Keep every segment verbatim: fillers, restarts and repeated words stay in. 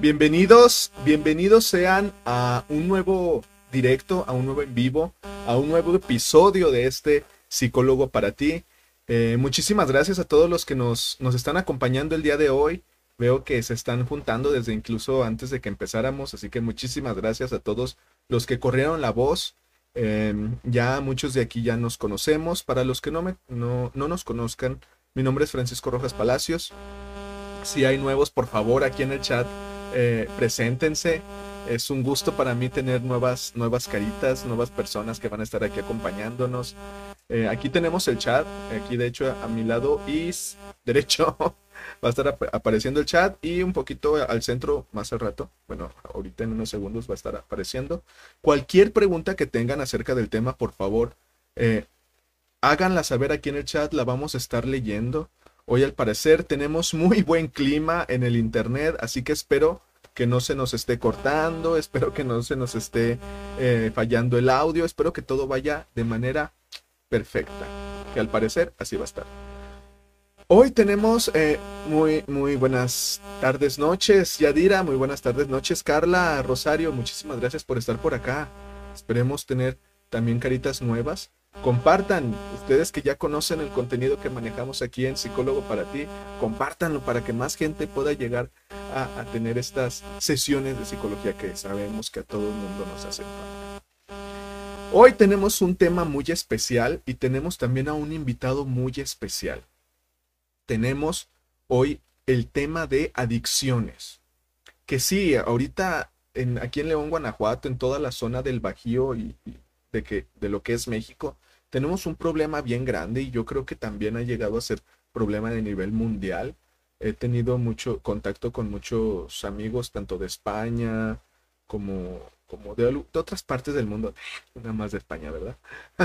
Bienvenidos, bienvenidos sean a un nuevo directo, a un nuevo en vivo, a un nuevo episodio de este Psicólogo para ti. Eh, muchísimas gracias a todos los que nos, nos están acompañando el día de hoy. Veo que se están juntando desde incluso antes de que empezáramos, así que muchísimas gracias a todos los que corrieron la voz. Eh, ya muchos de aquí ya nos conocemos. Para los que no, me, no, no nos conozcan, mi nombre es Francisco Rojas Palacios. Si hay nuevos, por favor, aquí en el chat, eh, preséntense. Es un gusto para mí tener nuevas, nuevas caritas, nuevas personas que van a estar aquí acompañándonos. Eh, aquí tenemos el chat, aquí de hecho a mi lado y derecho va a estar ap apareciendo el chat, y un poquito al centro más al rato, bueno, ahorita en unos segundos va a estar apareciendo. Cualquier pregunta que tengan acerca del tema, por favor, eh, háganla saber aquí en el chat, la vamos a estar leyendo. Hoy al parecer tenemos muy buen clima en el internet, así que espero que no se nos esté cortando, espero que no se nos esté eh, fallando el audio, espero que todo vaya de manera perfecta, que al parecer así va a estar. Hoy tenemos eh, muy, muy buenas tardes, noches, Yadira, muy buenas tardes, noches, Carla, Rosario, muchísimas gracias por estar por acá. Esperemos tener también caritas nuevas. Compartan, ustedes que ya conocen el contenido que manejamos aquí en Psicólogo para ti, compártanlo para que más gente pueda llegar a, a tener estas sesiones de psicología que sabemos que a todo el mundo nos hace falta. Hoy tenemos un tema muy especial y tenemos también a un invitado muy especial. Tenemos hoy el tema de adicciones. Que sí, ahorita en, aquí en León, Guanajuato, en toda la zona del Bajío y, y de, que, de lo que es México, tenemos un problema bien grande, y yo creo que también ha llegado a ser problema de nivel mundial. He tenido mucho contacto con muchos amigos, tanto de España como, como de, de otras partes del mundo, nada más de España, ¿verdad?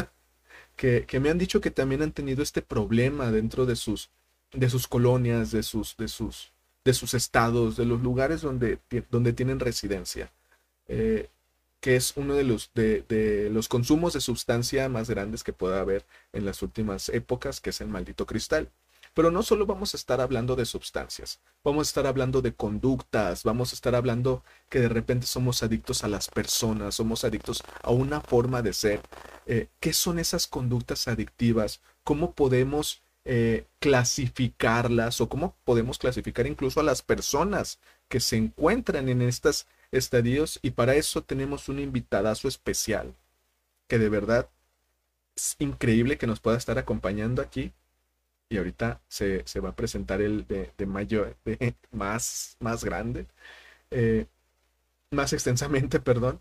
que, que me han dicho que también han tenido este problema dentro de sus, de sus colonias, de sus, de, sus, de sus estados, de los lugares donde, donde tienen residencia. Eh, que es uno de los, de, de los consumos de sustancia más grandes que pueda haber en las últimas épocas, que es el maldito cristal. Pero no solo vamos a estar hablando de sustancias, vamos a estar hablando de conductas, vamos a estar hablando que de repente somos adictos a las personas, somos adictos a una forma de ser. Eh, ¿Qué son esas conductas adictivas? ¿Cómo podemos eh, clasificarlas, o cómo podemos clasificar incluso a las personas que se encuentran en estas estadios? Y para eso tenemos un invitadazo especial que de verdad es increíble que nos pueda estar acompañando aquí, y ahorita se, se va a presentar el de, de mayor, de más, más grande, eh, más extensamente, perdón,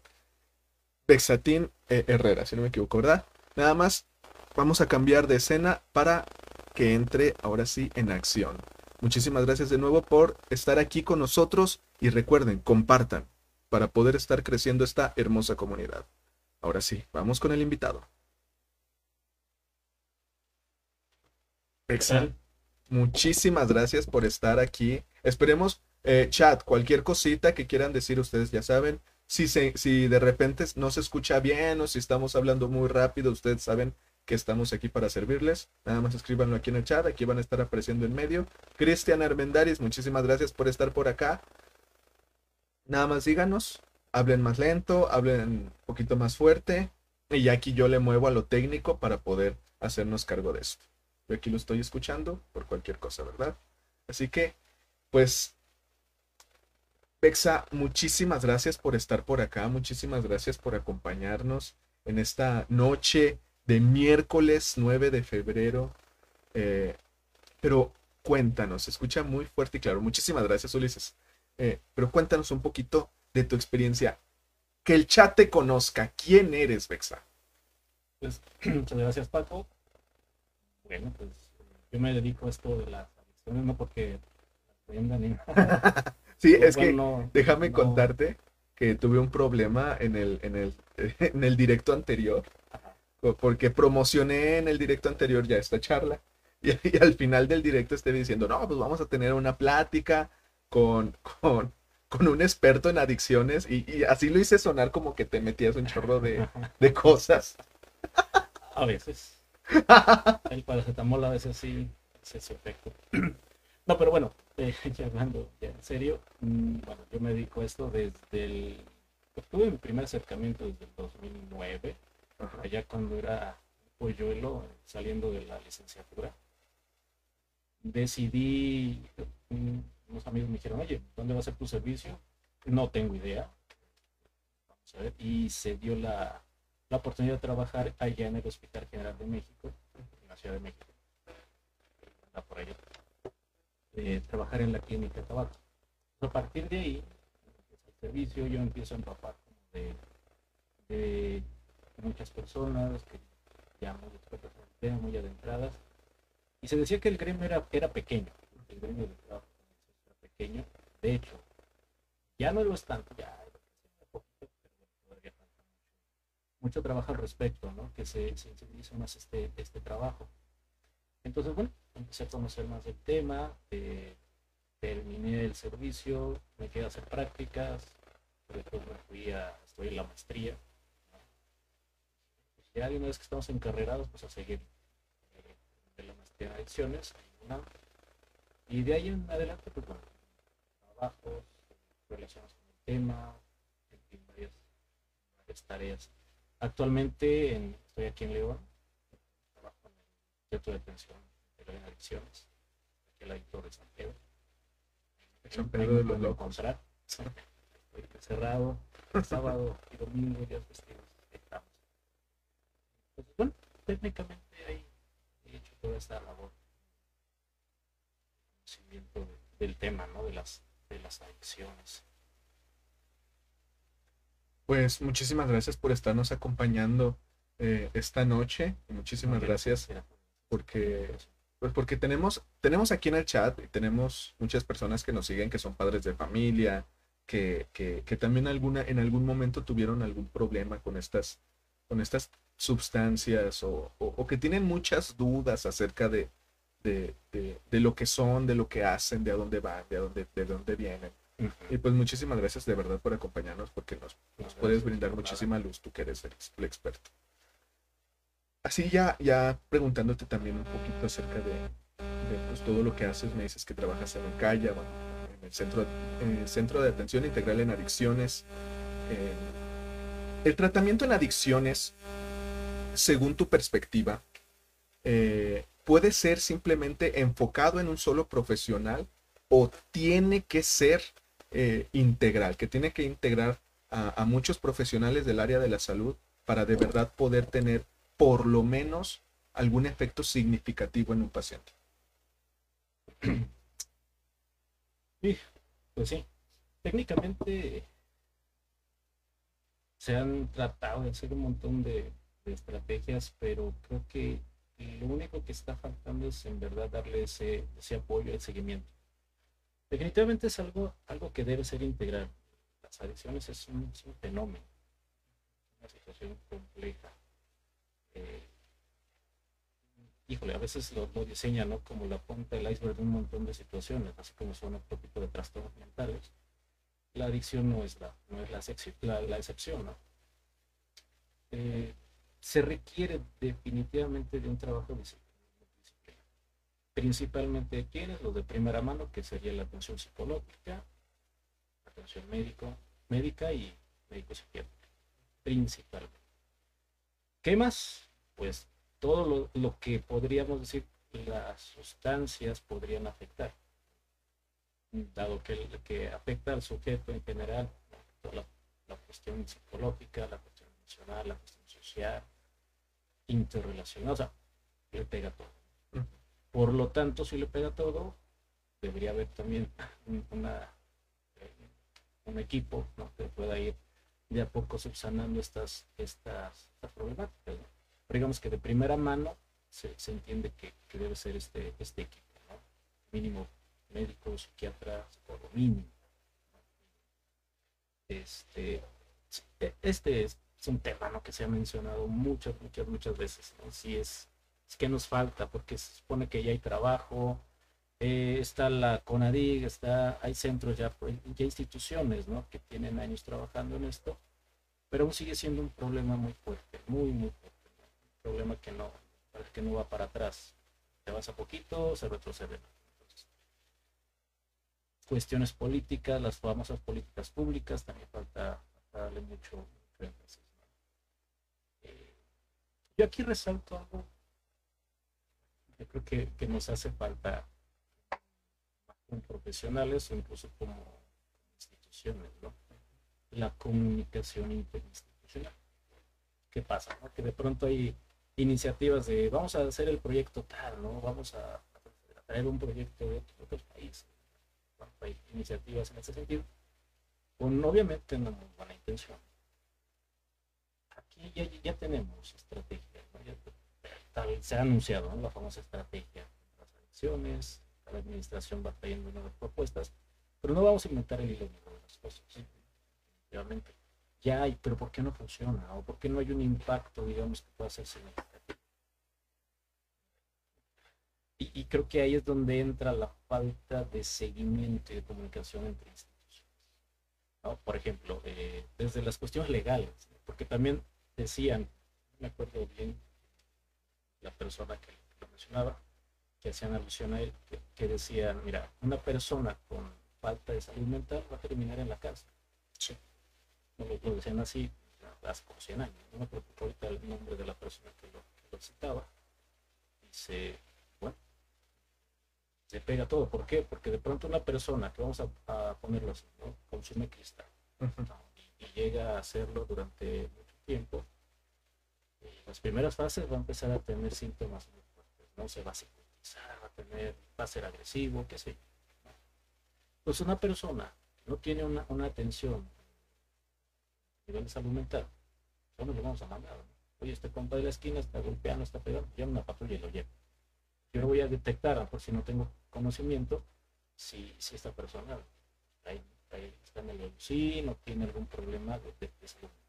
Bexatín eh, Herrera, si no me equivoco, ¿verdad? Nada más vamos a cambiar de escena para que entre ahora sí en acción. Muchísimas gracias de nuevo por estar aquí con nosotros, y recuerden, compartan para poder estar creciendo esta hermosa comunidad. Ahora sí, vamos con el invitado. Excel, muchísimas gracias por estar aquí. Esperemos, eh, chat, cualquier cosita que quieran decir, ustedes ya saben. Si, se, si de repente no se escucha bien, o si estamos hablando muy rápido, ustedes saben que estamos aquí para servirles. Nada más escríbanlo aquí en el chat, aquí van a estar apareciendo en medio. Cristian Armendáriz, muchísimas gracias por estar por acá. Nada más díganos, hablen más lento, hablen un poquito más fuerte, y ya aquí yo le muevo a lo técnico para poder hacernos cargo de esto. Yo aquí lo estoy escuchando por cualquier cosa, ¿verdad? Así que, pues, Bexa, muchísimas gracias por estar por acá, muchísimas gracias por acompañarnos en esta noche de miércoles nueve de febrero. Eh, pero cuéntanos, se escucha muy fuerte y claro. Muchísimas gracias, Ulises. Eh, pero cuéntanos un poquito de tu experiencia. Que el chat te conozca. ¿Quién eres, Bexa? Pues muchas gracias, Paco. Bueno, pues yo me dedico a esto de las adicciones, no porque aprendan ni nada. Sí, Pues, es bueno, que no, déjame no. contarte que tuve un problema en el, en el, en el directo anterior, Ajá. porque promocioné en el directo anterior ya esta charla, y, y al final del directo estoy diciendo, no, pues vamos a tener una plática con, con, con un experto en adicciones, y, y así lo hice sonar como que te metías un chorro de, de cosas. A veces. El paracetamol a veces sí hace su efecto. No, pero bueno, eh, ya hablando ya en serio, mm, bueno, yo me dedico a esto desde el... pues, tuve mi primer acercamiento desde el dos mil nueve, Ajá. allá cuando era polluelo, saliendo de la licenciatura. Decidí, mm, unos amigos me dijeron, oye, ¿dónde va a ser tu servicio? No tengo idea, vamos a ver. Y se dio la, la oportunidad de trabajar allá en el Hospital General de México, en la Ciudad de México, anda por allá, eh, trabajar en la clínica de tabaco. A partir de ahí, el servicio, yo empiezo a empapar como de, de muchas personas que ya muy expertas en el tema, muy adentradas, y se decía que el gremio era, era pequeño, el gremio de trabajo era pequeño, de hecho, ya no lo es tanto, ya un poquito, pero todavía falta mucho, mucho trabajo al respecto, ¿no? Que se, se sensibilice más este, este trabajo. Entonces, bueno, empecé a conocer más del tema, eh, terminé el servicio, me quedé a hacer prácticas, después me fui a estudiar la maestría, ¿no? Pues ya una vez que estamos encarrerados, pues a seguir eh, de la maestría en adicciones, una, y de ahí en adelante, pues bueno, trabajos relacionados con el tema, en fin, varias, varias tareas. Actualmente en, estoy aquí en León, trabajo en el centro de atención en adicciones, aquí el adictor de San Pedro. San Ahí Pedro me de los pueden Locos. encontrar. Estoy cerrado, sábado y domingo, días festivos. Estamos. Entonces, bueno, técnicamente ahí he hecho toda esta labor de conocimiento de, del tema, ¿no? De las, de las adicciones. Pues muchísimas gracias por estarnos acompañando eh, esta noche. Y No, muchísimas ya no gracias considera la porque, invitación. pues porque tenemos, tenemos aquí en el chat y tenemos muchas personas que nos siguen, que son padres de familia, que, que, que también alguna, en algún momento tuvieron algún problema con estas, con estas sustancias o, o, o que tienen muchas dudas acerca de, de, de, de lo que son, de lo que hacen, de a dónde van, de a dónde, de dónde vienen. Uh-huh. Y pues muchísimas gracias de verdad por acompañarnos porque nos, No, nos puedes gracias brindar por nada. muchísima luz, tú que eres el, el experto. Así ya, ya preguntándote también un poquito acerca de, de pues, todo lo que haces, me dices que trabajas en el CAYA, bueno, en el centro, en el centro de Atención Integral en Adicciones. Eh, el tratamiento en adicciones, según tu perspectiva, eh, puede ser simplemente enfocado en un solo profesional o tiene que ser eh, integral, que tiene que integrar a, a muchos profesionales del área de la salud para de verdad poder tener por lo menos algún efecto significativo en un paciente. Sí, pues sí. Técnicamente se han tratado de hacer un montón de, de estrategias, pero creo que lo único que está faltando es en verdad darle ese, ese apoyo, el seguimiento. Definitivamente es algo, algo que debe ser integral. Las adicciones es un, es un fenómeno, una situación compleja. Eh, híjole, a veces lo, lo diseñan, ¿no? Como la punta del iceberg de un montón de situaciones, así como son otro tipo de trastornos mentales. La adicción no es la, no es la, la, la excepción, ¿no? Eh, se requiere definitivamente de un trabajo de disciplina, principalmente de quienes, los de primera mano, que sería la atención psicológica, la atención médico, médica y médico psiquiátrica, principalmente. ¿Qué más? Pues todo lo, lo que podríamos decir las sustancias podrían afectar, dado que, que afecta al sujeto en general, ¿no? la, la cuestión psicológica, la cuestión emocional, la cuestión social, interrelacionada, o sea, le pega todo. Por lo tanto, si le pega todo, debería haber también una, un equipo, ¿no? Que pueda ir de a poco subsanando estas, estas, estas problemáticas, ¿no? Pero digamos que de primera mano se, se entiende que, que, debe ser este, este equipo, ¿no? Mínimo médico, psiquiatra, psicólogo mínimo, ¿no? Este, este es un tema, ¿no? Que se ha mencionado muchas, muchas, muchas veces, ¿no? Si es, es que nos falta, porque se supone que ya hay trabajo, eh, está la CONADIG, está, hay centros ya, ya instituciones, ¿no? Que tienen años trabajando en esto, pero aún sigue siendo un problema muy fuerte, muy, muy fuerte, ¿no? Un problema que no, parece que no va para atrás, te vas a poquito, se retrocede. Entonces, cuestiones políticas, las famosas políticas públicas, también falta, falta darle mucho, mucho énfasis, ¿no? Eh, yo aquí resalto algo, yo creo que, que nos hace falta como profesionales o incluso como instituciones, ¿no? La comunicación interinstitucional. ¿Qué pasa? ¿No? Que de pronto hay iniciativas de vamos a hacer el proyecto tal, ¿no? Vamos a, a traer un proyecto de otros, otros países. Bueno, hay iniciativas en ese sentido, con obviamente una muy buena intención. Aquí ya, ya tenemos estrategias, ¿no? Ya, tal, se ha anunciado, ¿no? La famosa estrategia de las elecciones, la administración va trayendo nuevas propuestas, pero no vamos a inventar el hilo negro de las cosas, ¿sí? Realmente ya hay, pero ¿por qué no funciona? ¿O por qué no hay un impacto, digamos, que pueda ser significativo? Y, y creo que ahí es donde entra la falta de seguimiento y de comunicación entre instituciones, ¿no? Por ejemplo, eh, desde las cuestiones legales, ¿no? Porque también decían, me acuerdo bien, la persona que lo mencionaba, que hacían alusión a él, que, que decían, mira, una persona con falta de salud mental va a terminar en la cárcel. Sí. No lo, lo decían así hace como cien años. No me preocupo ahorita el nombre de la persona que lo, que lo citaba. Dice, bueno, se pega todo. ¿Por qué? Porque de pronto una persona que vamos a, a ponerlo así, ¿no? Consume cristal, uh-huh, ¿no? y, y llega a hacerlo durante mucho tiempo. Las primeras fases va a empezar a tener síntomas muy fuertes, ¿no? Se va a psicotizar, va a tener, va a ser agresivo, qué sé yo, ¿no? Pues una persona que no tiene una, una atención a nivel de salud mental, ¿dónde lo vamos a mandar? ¿No? Oye, este compa de la esquina está golpeando, está pegando, llama una patrulla y lo lleva. Yo no voy a detectar, por si no tengo conocimiento, si, si esta persona ahí, ahí está en el U C I, no tiene algún problema de, de, de salud.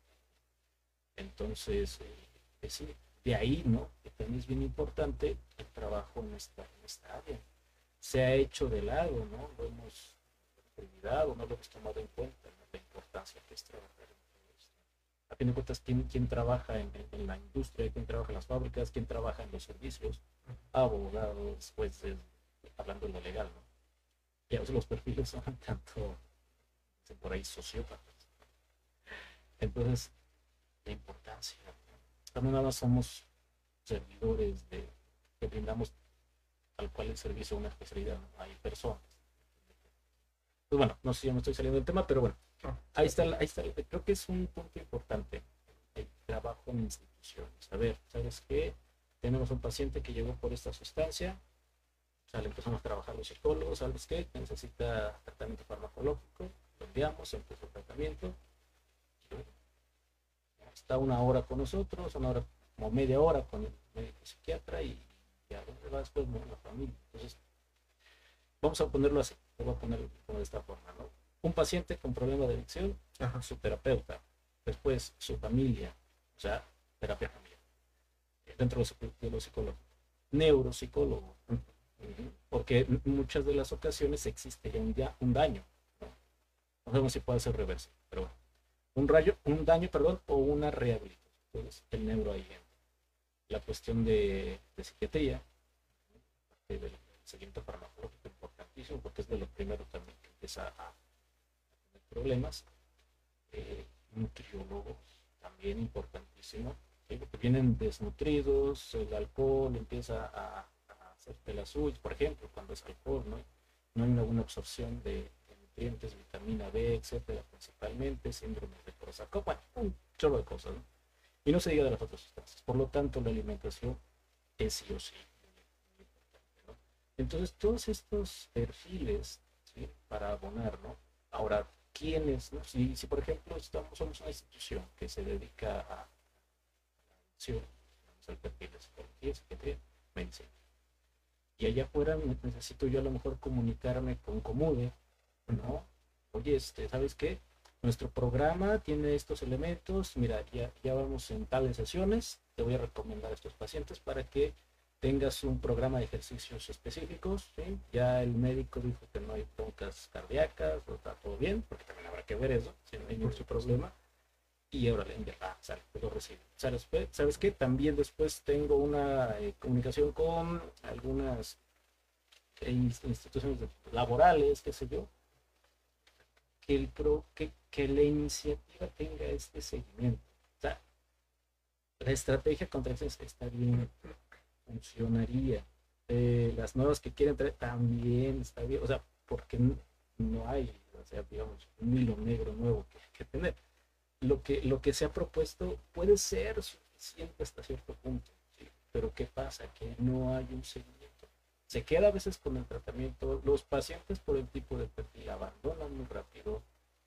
Entonces, eh, es decir, de ahí, ¿no? Que también es bien importante el trabajo en esta, en esta área. Se ha hecho de lado, ¿no? Lo hemos olvidado, no lo hemos tomado en cuenta, ¿no? La importancia que es trabajar en todo esto. A fin de cuentas, ¿quién, quién trabaja en, en, la industria? ¿Quién trabaja en las fábricas? ¿Quién trabaja en los servicios? Abogados, jueces, hablando de lo legal, ¿no? Y a veces los perfiles son tanto, por ahí, sociópatas. Entonces, la importancia, ¿no? No nada más somos servidores de que brindamos tal cual el servicio a una especialidad, ¿no? Hay personas. Pues bueno, no sé si ya me estoy saliendo del tema, pero bueno, ahí está, ahí está, creo que es un punto importante, el trabajo en instituciones. A ver, ¿sabes qué? Tenemos un paciente que llegó por esta sustancia, o sea, le empezamos a trabajar los psicólogos, ¿sabes qué? Necesita tratamiento farmacológico, lo enviamos, empezó el tratamiento, está una hora con nosotros, una hora, como media hora con el médico psiquiatra y, y a dónde va después, ¿no? La familia. Entonces, vamos a ponerlo así, lo voy a poner como de esta forma, ¿no? Un paciente con problema de adicción, ajá, su terapeuta, después su familia, o sea, terapia familiar, dentro de los psicólogos, neuropsicólogo, uh-huh, porque muchas de las ocasiones existe ya un, ya un daño, ¿no? No sabemos si puede ser reversible, pero bueno. Un, rayo, un daño, perdón, o una rehabilitación. Entonces, el neuro ahí entra. La cuestión de, de psiquiatría, del de seguimiento farmacológico, importantísimo, porque es de lo primero también que empieza a, a tener problemas. Eh, nutriólogos, también importantísimo, ¿sí? Porque vienen desnutridos, el alcohol empieza a, a hacerte las suyas, por ejemplo, cuando es alcohol, ¿no? No hay una buena absorción de nutrientes, vitamina B, etcétera, principalmente, síndrome de Korsakoff, bueno, un chorro de cosas, ¿no? Y no se diga de las otras sustancias. Por lo tanto, la alimentación es sí o sí muy importante, ¿no? Entonces, todos estos perfiles, ¿sí? Para abonar, ¿no? Ahora, ¿quiénes, no? Si, si por ejemplo, estamos, somos una institución que se dedica a la adicción, al perfil de psicología, psiquiatría, medicina, y allá afuera necesito yo a lo mejor comunicarme con Comude, ¿no? Oye, este, ¿sabes qué? Nuestro programa tiene estos elementos, mira, ya, ya vamos en tales sesiones, te voy a recomendar a estos pacientes para que tengas un programa de ejercicios específicos, ¿sí? Ya el médico dijo que no hay broncas cardíacas, o está todo bien, porque también habrá que ver eso, si no hay ningún problema, y ahora le envía, ah, sale, pues lo recibe. ¿Sabes, ¿Sabes qué? También después tengo una eh, comunicación con algunas instituciones laborales, qué sé yo, que, el pro, que, que la iniciativa tenga este seguimiento. O sea, la estrategia contra eso está bien, funcionaría. Eh, las nuevas que quieren traer también está bien. O sea, porque no, no hay, o sea, digamos, un hilo negro nuevo que, que tener. Lo que, lo que se ha propuesto puede ser suficiente hasta cierto punto, ¿sí? Pero ¿qué pasa? Que no hay un seguimiento. Se queda a veces con el tratamiento. Los pacientes por el tipo de perfil abandonan muy rápido.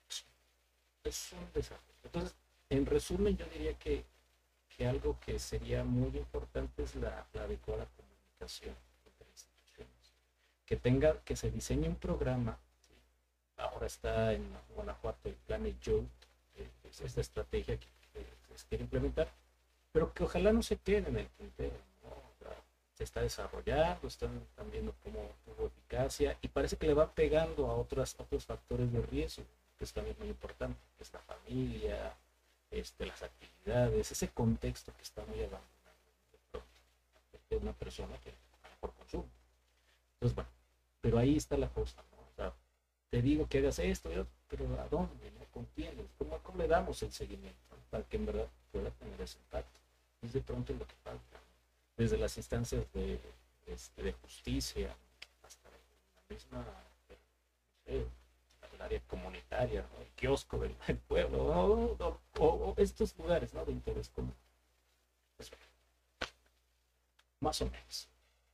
Es un desastre. Entonces, en resumen, yo diría que, que algo que sería muy importante es la, la adecuada comunicación entre instituciones. Que tenga, que se diseñe un programa. ¿Sí? Ahora está en Guanajuato el plan Jolt, eh, es esta estrategia que, que se quiere implementar, pero que ojalá no se quede en el tintero, ¿no? O sea, se está desarrollando, están, están viendo cómo tuvo eficacia y parece que le va pegando a otras, otros factores de riesgo, que es también muy importante, que es la familia, este, las actividades, ese contexto que está muy abandonado de pronto, de una persona que a lo mejor consume. Entonces, bueno, pero ahí está la cosa, ¿no? O sea, te digo que hagas esto, yo, pero ¿a dónde? ¿No? ¿Con quiénes? ¿Cómo, ¿Cómo le damos el seguimiento, ¿no? Para que en verdad pueda tener ese impacto? Es de pronto lo que falta, ¿no? Desde las instancias de, este, de justicia hasta la misma, no sé, el área comunitaria, ¿no? El kiosco del, del pueblo, o, o, o, o estos lugares, ¿no? De interés común. Eso, más o menos.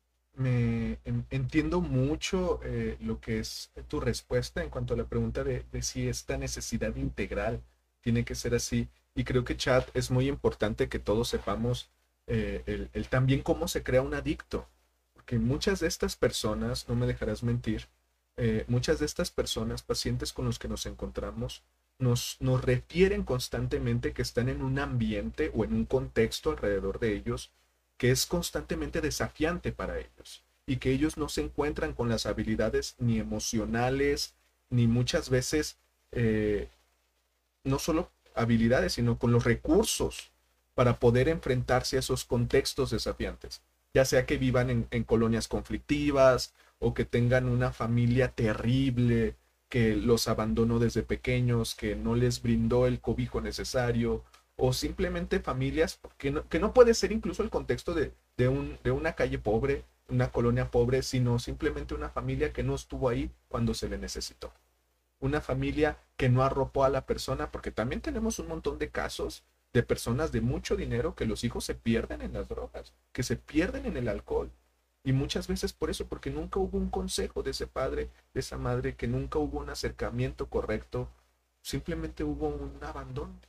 Me en- entiendo mucho eh, lo que es tu respuesta en cuanto a la pregunta de, de si esta necesidad integral tiene que ser así. Y creo que, Chad, es muy importante que todos sepamos eh, el, el también cómo se crea un adicto. Porque muchas de estas personas, no me dejarás mentir, eh, muchas de estas personas, pacientes con los que nos encontramos, nos, nos refieren constantemente que están en un ambiente o en un contexto alrededor de ellos que es constantemente desafiante para ellos y que ellos no se encuentran con las habilidades ni emocionales, ni muchas veces eh, no solo habilidades, sino con los recursos para poder enfrentarse a esos contextos desafiantes, ya sea que vivan en, en colonias conflictivas o que tengan una familia terrible que los abandonó desde pequeños, que no les brindó el cobijo necesario, o simplemente familias que no, que no puede ser incluso el contexto de, de, un, de una calle pobre, una colonia pobre, sino simplemente una familia que no estuvo ahí cuando se le necesitó, una familia que no arropó a la persona, porque también tenemos un montón de casos de personas de mucho dinero que los hijos se pierden en las drogas, que se pierden en el alcohol. Y muchas veces por eso, porque nunca hubo un consejo de ese padre, de esa madre, que nunca hubo un acercamiento correcto, simplemente hubo un abandono.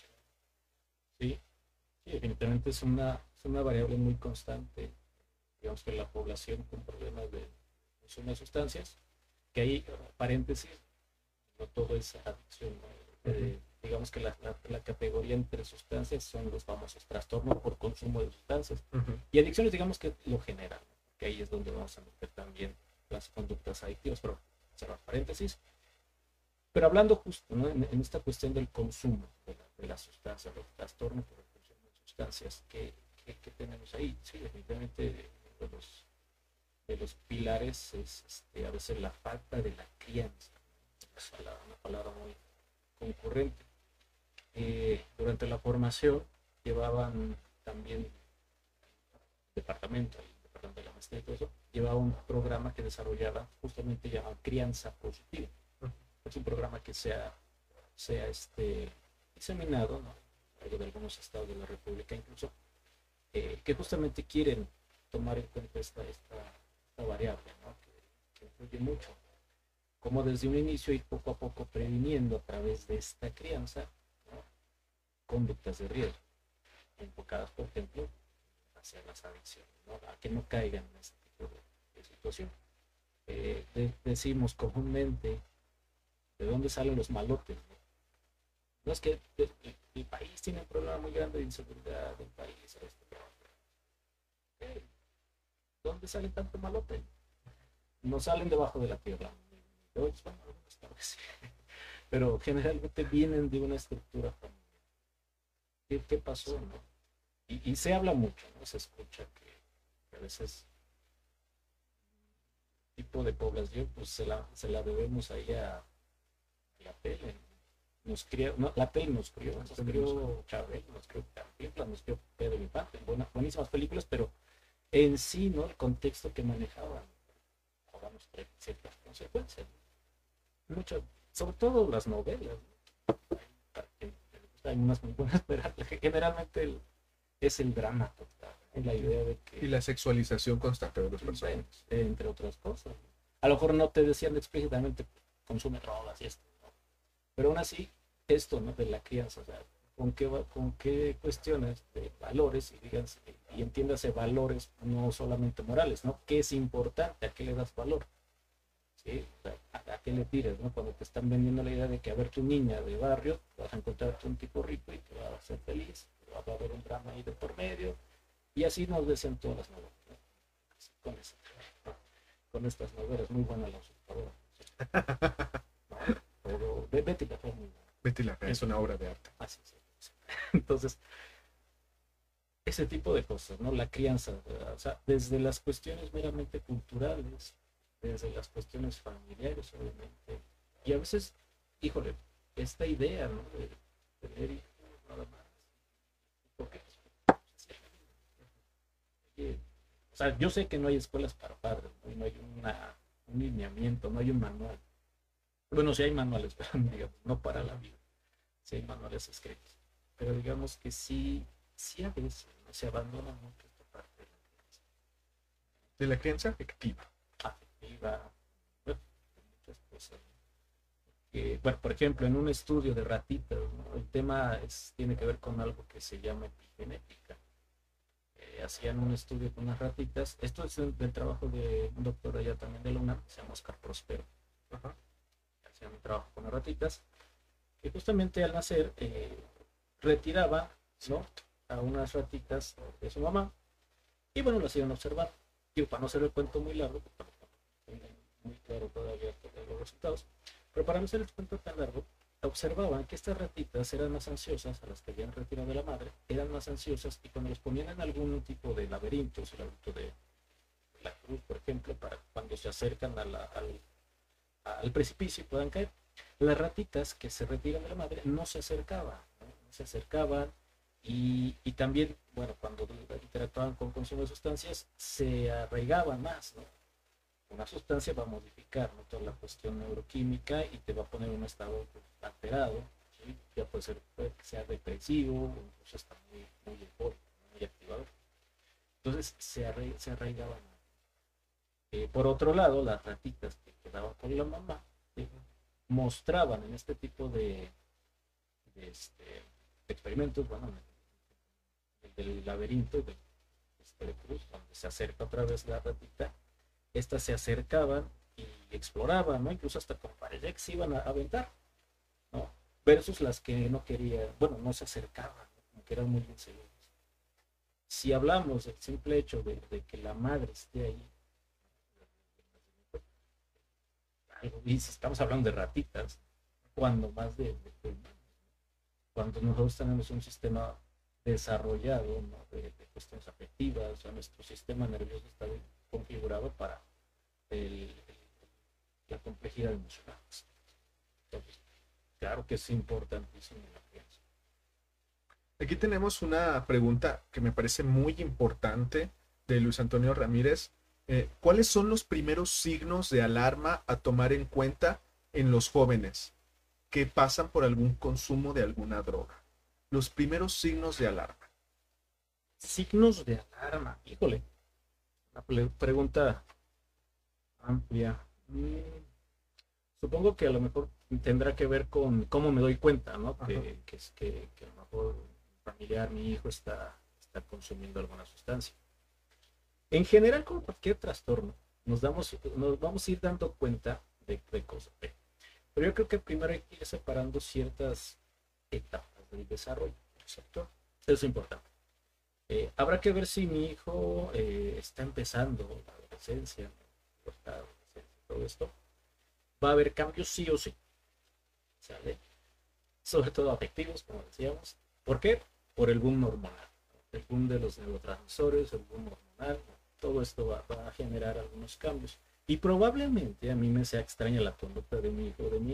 Sí, sí, definitivamente es una, es una variable muy constante. Digamos que la población con problemas de consumo de sustancias, que ahí, paréntesis, no todo es adicción, ¿no? Eh, digamos que la, la, la, categoría entre sustancias son los famosos trastornos por consumo de sustancias. Uh -huh. Y adicciones, digamos que lo general, ¿no? Que ahí es donde vamos a meter también las conductas adictivas, pero cerrar paréntesis. Pero hablando justo, ¿no? en, en esta cuestión del consumo de la, de la sustancia, los trastornos por el consumo de sustancias, ¿qué, qué, qué tenemos ahí? Sí, definitivamente de los, de los pilares es este, a veces la falta de la crianza. Es una palabra muy concurrente. Eh, durante la formación llevaban también el departamento, el departamento de la maestría y todo eso, llevaba un programa que desarrollaba justamente llamado Crianza Positiva. Es un programa que se ha, se ha este, diseminado, ¿no? De algunos estados de la República incluso, eh, que justamente quieren tomar en cuenta esta, esta, esta variable, ¿no? que, que influye mucho. Como desde un inicio ir poco a poco previniendo a través de esta crianza, ¿no? Conductas de riesgo, enfocadas, por ejemplo, hacia las adicciones, ¿no? A que no caigan en este tipo de, de situación. Eh, de, decimos comúnmente, ¿de dónde salen los malotes? ¿No? No es que el, el país tiene un problema muy grande de inseguridad del país, esto, pero, ¿eh? ¿Dónde sale tanto malote? No salen debajo de la tierra. Bueno, pero generalmente vienen de una estructura familiar. ¿Qué, qué pasó? ¿No? Y, y se habla mucho, ¿no? Se escucha que, que a veces tipo de población pues se la, se la debemos ahí a la tele nos crió, no, la tele nos crió, nos crió Chávez, nos crió Cantinflas, nos crió Pedro Infante, buenas, buenísimas películas, pero en sí, ¿no? El contexto que manejaban, ahora nos trae ciertas consecuencias. Muchas, sobre todo las novelas, ¿no? Hay, hay unas muy buenas, pero generalmente el, es el drama total, ¿no? La idea de que... Y la sexualización constante de los personajes. Entre otras cosas. A lo mejor no te decían explícitamente consume drogas y esto, ¿no? Pero aún así, esto, ¿no? De la crianza, o sea, con qué, con qué cuestiones de valores, y, díganse, y entiéndase valores no solamente morales, ¿no? ¿Qué es importante? ¿A qué le das valor? ¿Sí? O sea, ¿a, ¿a qué le tiras, ¿no? Cuando te están vendiendo la idea de que a ver tu niña de barrio, vas a encontrarte un tipo rico y te va a hacer feliz, va a haber un drama ahí de por medio, y así nos decían todas las novelas, ¿no? Así, con, eso, ¿no? Con estas novelas, muy buenas las usurpadoras. ¿No? Todo, Betty la Fea, muy buena. Betty la Fea es una obra de arte. Así es. Entonces, ese tipo de cosas, ¿no? La crianza, o sea, desde las cuestiones meramente culturales, desde las cuestiones familiares, obviamente, y a veces, híjole, esta idea, ¿no? De tener hijos, nada más. ¿Por qué? Eh, o sea, yo sé que no hay escuelas para padres, ¿no? Y no hay una, un lineamiento, no hay un manual. Bueno, sí hay manuales, pero digamos, no para la vida. Sí hay manuales escritos. Pero digamos que sí, sí a veces, ¿no? Se abandona mucho esta parte de la crianza. De la crianza afectiva. Afectiva, bueno, muchas cosas. Que, bueno, por ejemplo, en un estudio de ratitas, ¿no? El tema es, tiene que ver con algo que se llama epigenética. Eh, hacían un estudio con unas ratitas. Esto es del, del trabajo de un doctor allá también de la UNAM, que se llama Oscar Prospero. Ajá. Hacían un trabajo con las ratitas, que justamente al nacer eh, retiraba, ¿no? A unas ratitas de su mamá y bueno, las iban a observar. Y para no hacer el cuento muy largo, porque no muy claro todavía todos los resultados, pero para no hacer el cuento tan largo, observaban que estas ratitas eran más ansiosas, a las que habían retirado de la madre, eran más ansiosas, y cuando los ponían en algún tipo de laberinto, el laberinto de la cruz, por ejemplo, para cuando se acercan a la, al, al precipicio y puedan caer, las ratitas que se retiran de la madre no se acercaban, ¿no? No se acercaban, y, y también, bueno, cuando interactuaban con consumo de sustancias, se arraigaban más, ¿no? Una sustancia va a modificar, ¿no? Toda la cuestión neuroquímica y te va a poner en un estado, pues, alterado, ¿sí? Ya puede ser, puede que sea depresivo, incluso está muy, muy eufórico, muy activador. Entonces se, arra se arraigaban. Eh, por otro lado, las ratitas que quedaban con la mamá, ¿sí? Mostraban en este tipo de, de, este, de experimentos, bueno, del laberinto de, este, de cruz, donde se acerca otra vez la ratita, estas se acercaban y exploraban, ¿no? Incluso hasta con paredes que se iban a aventar, ¿no? Versus las que no querían, bueno, no se acercaban, ¿no? Como que eran muy inseguros. Si hablamos del simple hecho de, de que la madre esté ahí, y si estamos hablando de ratitas, cuando más de, de, de cuando nosotros tenemos un sistema desarrollado, ¿no? de, de cuestiones afectivas, o sea, nuestro sistema nervioso está configurado para el, el, la complejidad emocional. Entonces, claro que es importantísimo la crianza. Aquí tenemos una pregunta que me parece muy importante de Luis Antonio Ramírez. Eh, ¿Cuáles son los primeros signos de alarma a tomar en cuenta en los jóvenes que pasan por algún consumo de alguna droga? Los primeros signos de alarma. Signos de alarma, híjole. Una pregunta amplia. Mm, supongo que a lo mejor tendrá que ver con cómo me doy cuenta, ¿no? Que, que, es que, que a lo mejor mi familiar, mi hijo está, está consumiendo alguna sustancia. En general, como cualquier trastorno, nos, damos, nos vamos a ir dando cuenta de, de cosas. Pero yo creo que primero hay que ir separando ciertas etapas del desarrollo, ¿cierto? Eso es importante. Eh, habrá que ver si mi hijo eh, está empezando la adolescencia, la adolescencia, todo esto. Va a haber cambios sí o sí, ¿sale? Sobre todo afectivos, como decíamos. ¿Por qué? Por el boom hormonal. El boom de los neurotransmisores, el boom hormonal, todo esto va, va a generar algunos cambios. Y probablemente a mí me sea extraña la conducta de mi hijo o de mi hija.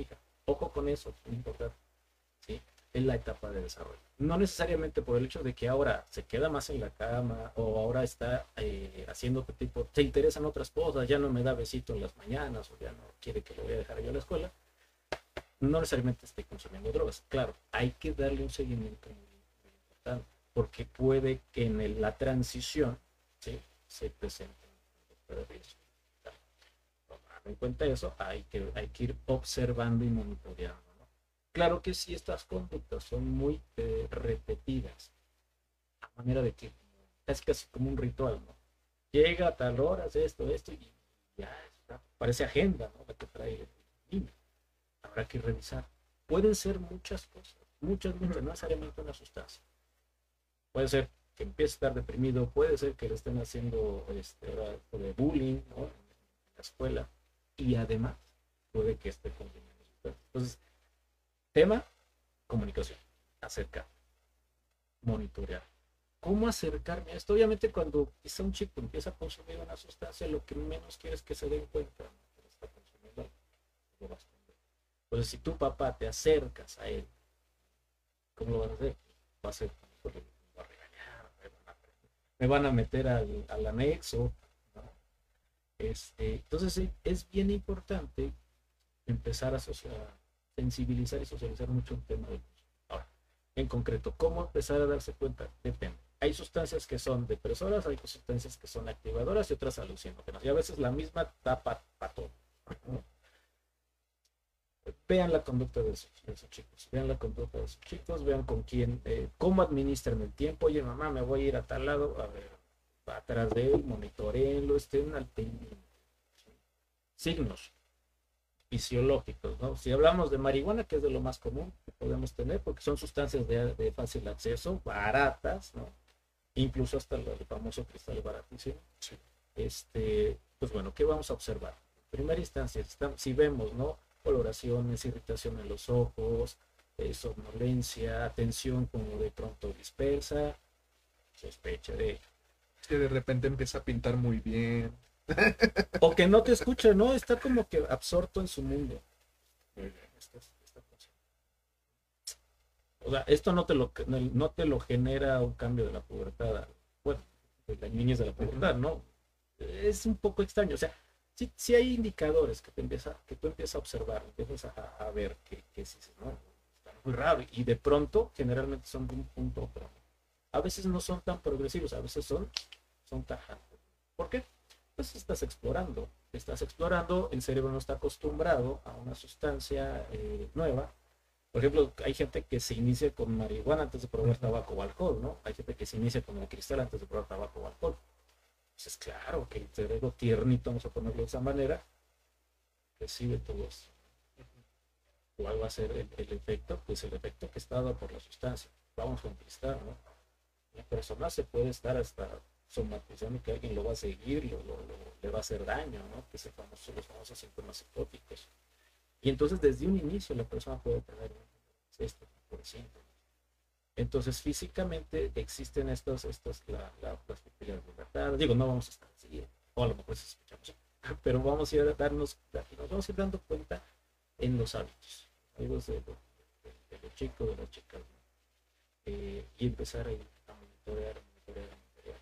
Ojo con eso, es muy importante, ¿sí? En la etapa de desarrollo. No necesariamente por el hecho de que ahora se queda más en la cama o ahora está eh, haciendo otro tipo, se interesan otras cosas, ya no me da besito en las mañanas o ya no quiere que lo voy a dejar yo a la escuela, no necesariamente esté consumiendo drogas. Claro, hay que darle un seguimiento muy, muy importante, porque puede que en el, la transición, ¿sí?, se presente un de riesgo. Tomando en cuenta eso, hay que, hay que ir observando y monitoreando, ¿no? Claro que si estas conductas son muy eh, repetidas, a manera de que es casi como un ritual, ¿no? Llega a tal hora, hace esto, esto, y ya está, parece agenda, ¿no?, la que trae el niño. Habrá que revisar. Pueden ser muchas cosas, muchas, muchas, no necesariamente una sustancia. Puede ser que empiece a estar deprimido, puede ser que le estén haciendo este, de bullying, ¿no?, en la escuela, y además puede que esté consumiendo sustancias. Entonces, tema, comunicación, acercar, monitorear. ¿Cómo acercarme a esto? Obviamente cuando quizá un chico empieza a consumir una sustancia, lo que menos quiere es que se den cuenta, ¿no?, que está consumiendo algo. Entonces, si tu papá te acercas a él, ¿cómo lo vas a hacer? Va a ser, pues, me va a regañar, me van a, me van a meter al, al anexo, ¿no? Este, entonces, sí, es bien importante empezar a, a sensibilizar y socializar mucho el tema del uso. Ahora, en concreto, ¿cómo empezar a darse cuenta? Depende. Hay sustancias que son depresoras, hay sustancias que son activadoras y otras alucinógenas. Y a veces la misma tapa para todo, ¿no? Vean la conducta de sus, de sus chicos, vean la conducta de sus chicos, vean con quién, eh, cómo administran el tiempo. Oye, mamá, me voy a ir a tal lado, a ver, atrás de él, monitoreenlo, estén al pendiente. Signos fisiológicos, ¿no? Si hablamos de marihuana, que es de lo más común que podemos tener, porque son sustancias de, de fácil acceso, baratas, ¿no? Incluso hasta el famoso cristal baratísimo. Sí. Este, pues bueno, ¿qué vamos a observar? En primera instancia, si vemos, ¿no?, coloraciones, irritación en los ojos, eh, somnolencia, atención como de pronto dispersa, sospecha de... Que de repente empieza a pintar muy bien. O que no te escucha, ¿no? Está como que absorto en su mundo. Esta, esta o sea, esto no te, lo, no te lo genera un cambio de la pubertad, bueno, de la niñez de la pubertad, ¿no? Es un poco extraño, o sea, sí, sí hay indicadores que, te empieza, que tú empiezas a observar, empiezas a, a ver que, que sí, ¿no?, está muy raro, y de pronto generalmente son de un punto a otro. A veces no son tan progresivos, a veces son, son tajantes. ¿Por qué? Pues estás explorando, estás explorando, el cerebro no está acostumbrado a una sustancia eh, nueva. Por ejemplo, hay gente que se inicia con marihuana antes de probar tabaco o alcohol, ¿no? Hay gente que se inicia con el cristal antes de probar tabaco o alcohol. Pues claro que el cerebro tiernito, vamos a ponerlo de esa manera, recibe todo eso. ¿Cuál va a ser el, el efecto? Pues el efecto que está dado por la sustancia. Vamos con cristal, ¿no? La persona se puede estar hasta somatizando que alguien lo va a seguir, lo, lo, lo, le va a hacer daño, ¿no? Que son famoso, los famosos síntomas psicóticos. Y entonces desde un inicio la persona puede tener esto, por ejemplo. Entonces físicamente existen estos, estos la, la, las pupilas dilatadas. Digo, no vamos a estar así, o a lo mejor se escuchamos, pero vamos a ir a darnos, nos vamos a ir dando cuenta en los hábitos, hábitos de, de, de, de los chicos, de las chicas, ¿no? Eh, y empezar a, ir a monitorear, monitorear, monitorear.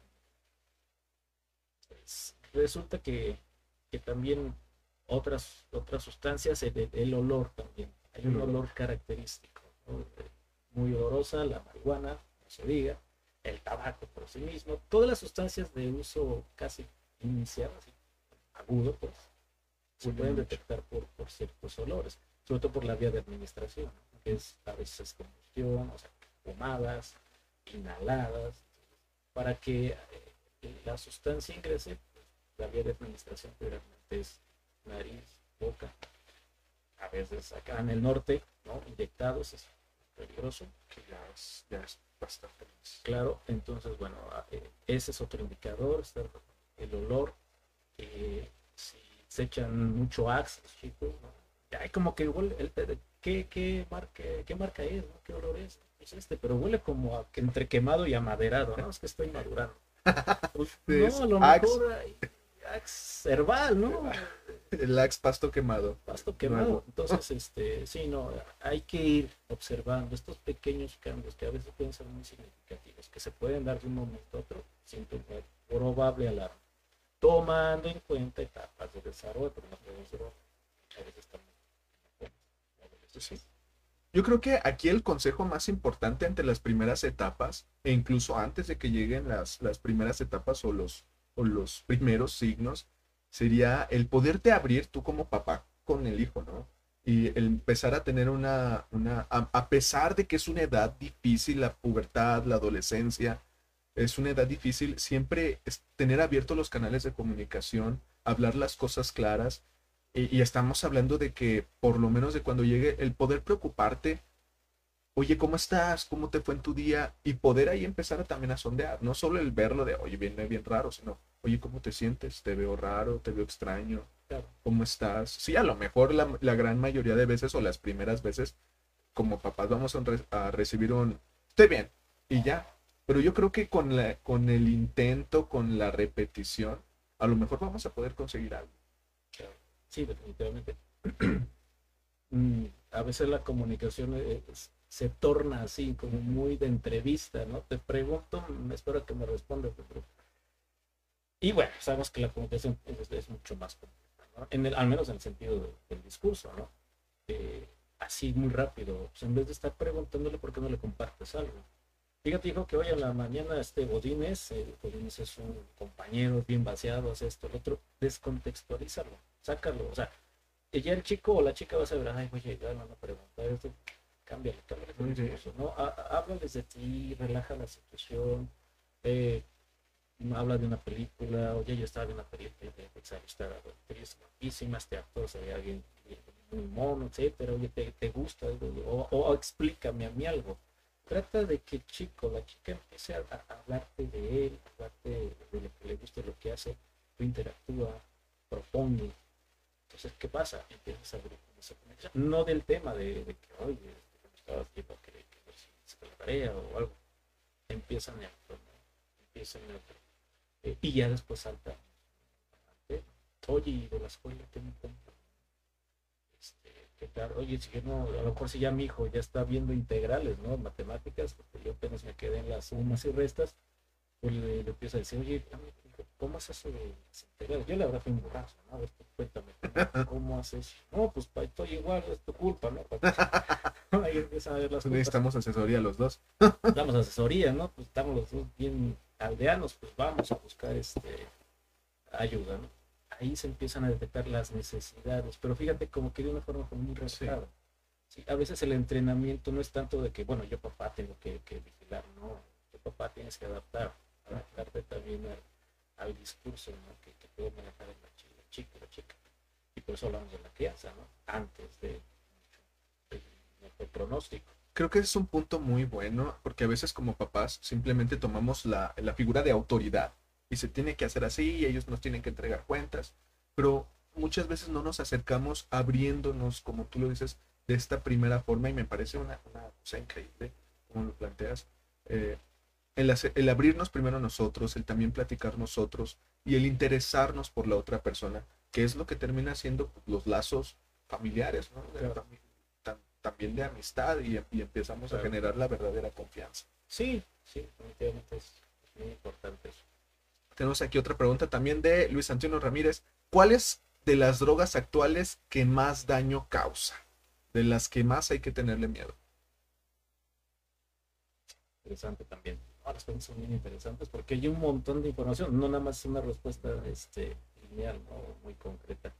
Pues, resulta que, que también otras, otras sustancias, el, el olor también, hay un olor característico, ¿no? Muy olorosa, la marihuana, no se diga, el tabaco por sí mismo, todas las sustancias de uso casi inicial, así, agudo, pues, se pueden detectar por, por ciertos olores, sobre todo por la vía de administración, ¿no?, que es a veces combustión, o sea, fumadas, inhaladas, para que eh, la sustancia ingrese, pues, la vía de administración generalmente es nariz, boca, a veces acá en el norte, ¿no?, inyectados, es peligroso, que ya es, ya es bastante más. Claro, entonces, bueno, eh, ese es otro indicador, el olor, eh, si se echan mucho Axe los chicos, ¿no?, hay como que igual, el, el, ¿qué, qué, marca, ¿qué marca es? ¿No? ¿Qué olor es? Es este, pero huele como a, que entre quemado y amaderado, ¿no? Es que estoy madurando. Pues, no, a lo mejor hay Axe herbal, ¿no? El lax pasto quemado. Pasto quemado. Nuevo. Entonces, este, sí, no, hay que ir observando estos pequeños cambios que a veces pueden ser muy significativos, que se pueden dar de un momento a otro sin tener probable alarma, tomando en cuenta etapas de desarrollo, pero no podemos ser a veces también. Sí. Yo creo que aquí el consejo más importante ante las primeras etapas, e incluso antes de que lleguen las, las primeras etapas o los, o los primeros signos, sería el poderte abrir tú como papá con el hijo, ¿no? Y el empezar a tener una, una a, a pesar de que es una edad difícil, la pubertad, la adolescencia, es una edad difícil, siempre es tener abiertos los canales de comunicación, hablar las cosas claras, y, y estamos hablando de que por lo menos de cuando llegue el poder preocuparte, oye, ¿cómo estás? ¿Cómo te fue en tu día? Y poder ahí empezar a, también a sondear, no solo el verlo de, oye, viene bien raro, sino, oye, ¿cómo te sientes? ¿Te veo raro? ¿Te veo extraño? Claro. ¿Cómo estás? Sí, a lo mejor la, la gran mayoría de veces o las primeras veces, como papás vamos a, re- a recibir un, estoy bien, y ya. Pero yo creo que con, la, con el intento, con la repetición, a lo mejor vamos a poder conseguir algo. Claro. Sí, definitivamente. Mm, a veces la comunicación eh, es- se torna así, como muy de entrevista, ¿no? Te pregunto, me espero que me respondas. Pero... Y bueno, sabemos que la comunicación es, es mucho más compleja, ¿no? En el, al menos en el sentido de- del discurso, ¿no? Eh, así muy rápido, pues en vez de estar preguntándole por qué no le compartes algo. Fíjate, dijo que hoy en la mañana este Godínez, eh, Godínez es un compañero bien vaciado, hace esto, el otro, descontextualízalo, sácalo, o sea, y ya el chico o la chica va a saber, ay, voy a llegar, no, no preguntar esto, cámbiale, cámbiale el Muy bien. discurso, ¿no? Há- Háblales de ti, relaja la situación, eh, habla de una película, oye, yo estaba viendo una película de Pixar, estaba actriz guapísima, este actor se ve alguien muy mono, etcétera, oye, ¿te, te gusta? O, o, o explícame a mí algo. Trata de que el chico, la chica empiece a, a hablarte de él, hablarte de, de lo que le gusta, lo que hace, tú interactúa, propone. Entonces, ¿qué pasa? Empiezas a abrir esa conexión. No del tema de, de que, oye, este, me estaba haciendo que, que ver si se la tarea o algo. Empiezan en otro, ¿no? Empiezan en otro. Eh, y ya después salta. ¿eh? Oye, y de la escuela, ¿qué me cuentas? Este, ¿qué tal? Oye, si yo no, a lo mejor si ya mi hijo ya está viendo integrales, ¿no? Matemáticas, porque yo apenas me quedé en las sumas y restas, pues le, le empiezo a decir, oye, ¿cómo haces eso de las integrales? Yo la verdad fui un burrazo, ¿no? A ver, tú cuéntame, ¿cómo, cómo haces? No, pues pa, estoy igual, es tu culpa, ¿no? Ahí empiezan a ver las Pues culpas. necesitamos asesoría los dos. Damos asesoría, ¿no? Pues estamos los dos bien aldeanos, pues vamos a buscar este ayuda, ¿no? Ahí se empiezan a detectar las necesidades, pero fíjate como que de una forma como muy relajada. Sí. Sí, a veces el entrenamiento no es tanto de que, bueno, yo papá tengo que, que vigilar, no, yo papá tienes que adaptar, adaptarte también al, al discurso, ¿no? Que, que puede manejar la chica, la chica, la chica. Y por eso hablamos de la crianza, ¿no? Antes de, de, de pronóstico. Creo que es un punto muy bueno, porque a veces como papás simplemente tomamos la, la figura de autoridad y se tiene que hacer así y ellos nos tienen que entregar cuentas, pero muchas veces no nos acercamos abriéndonos, como tú lo dices, de esta primera forma y me parece una, una cosa increíble como lo planteas. Eh, el, hacer- el abrirnos primero nosotros, el también platicar nosotros y el interesarnos por la otra persona, que es lo que termina siendo pues, los lazos familiares, ¿no? De la Claro. familia, tam- también de amistad y, y empezamos a Claro. generar la verdadera confianza. Sí, sí, definitivamente es, es muy importante eso. Tenemos aquí otra pregunta también de Luis Antonio Ramírez. ¿Cuáles de las drogas actuales que más daño causa? De las que más hay que tenerle miedo. Interesante también. No, las preguntas son bien interesantes porque hay un montón de información, no nada más una respuesta este, lineal, ¿no? Muy concreta.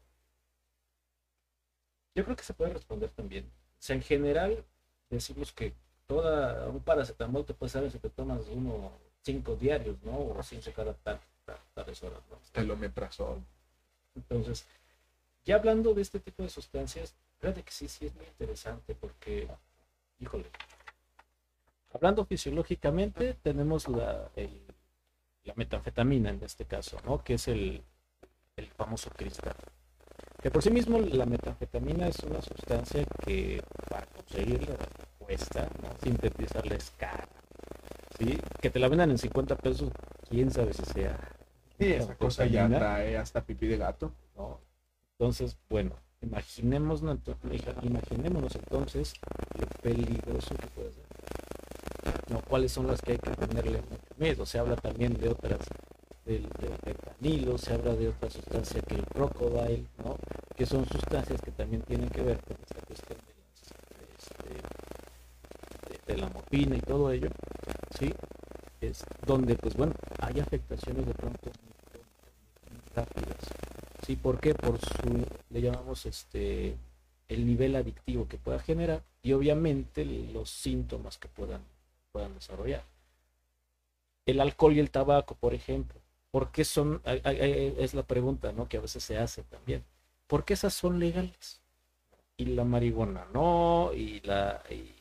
Yo creo que se puede responder también. O sea, en general, decimos que toda un paracetamol te puede saber si te tomas uno cinco diarios, ¿no? O cinco cada tal, tal, tales horas, ¿no? El omeprazol. Entonces, ya hablando de este tipo de sustancias, fíjate que sí, sí es muy interesante porque, híjole, hablando fisiológicamente, tenemos la, el- la metanfetamina en este caso, ¿no? Que es el, el famoso cristal. Que por sí mismo la metanfetamina es una sustancia que para conseguirla cuesta, ¿no? Sintetizarla es cara, ¿sí? Que te la vendan en cincuenta pesos, quién sabe si sea Y esa cosa ya metanfetamina, trae hasta pipí de gato. ¿no? Entonces, bueno, imaginémonos, imaginémonos entonces lo peligroso que puede ser. ¿No? ¿Cuáles son las que hay que tenerle mucho miedo? Se habla también de otras, del, del fentanilo, se habla de otra sustancia que el crocodile, ¿no? Que son sustancias que también tienen que ver con esta cuestión de, las, de, este, de, de la morfina y todo ello, ¿sí? Es donde, pues bueno, hay afectaciones de pronto muy, muy rápidas. ¿Sí? ¿Por qué? Por su, le llamamos este, el nivel adictivo que pueda generar y obviamente los síntomas que puedan, puedan desarrollar. El alcohol y el tabaco, por ejemplo, ¿por qué son? Es la pregunta, ¿no? Que a veces se hace también. ¿Por qué esas son legales? Y la marihuana no, y la, y,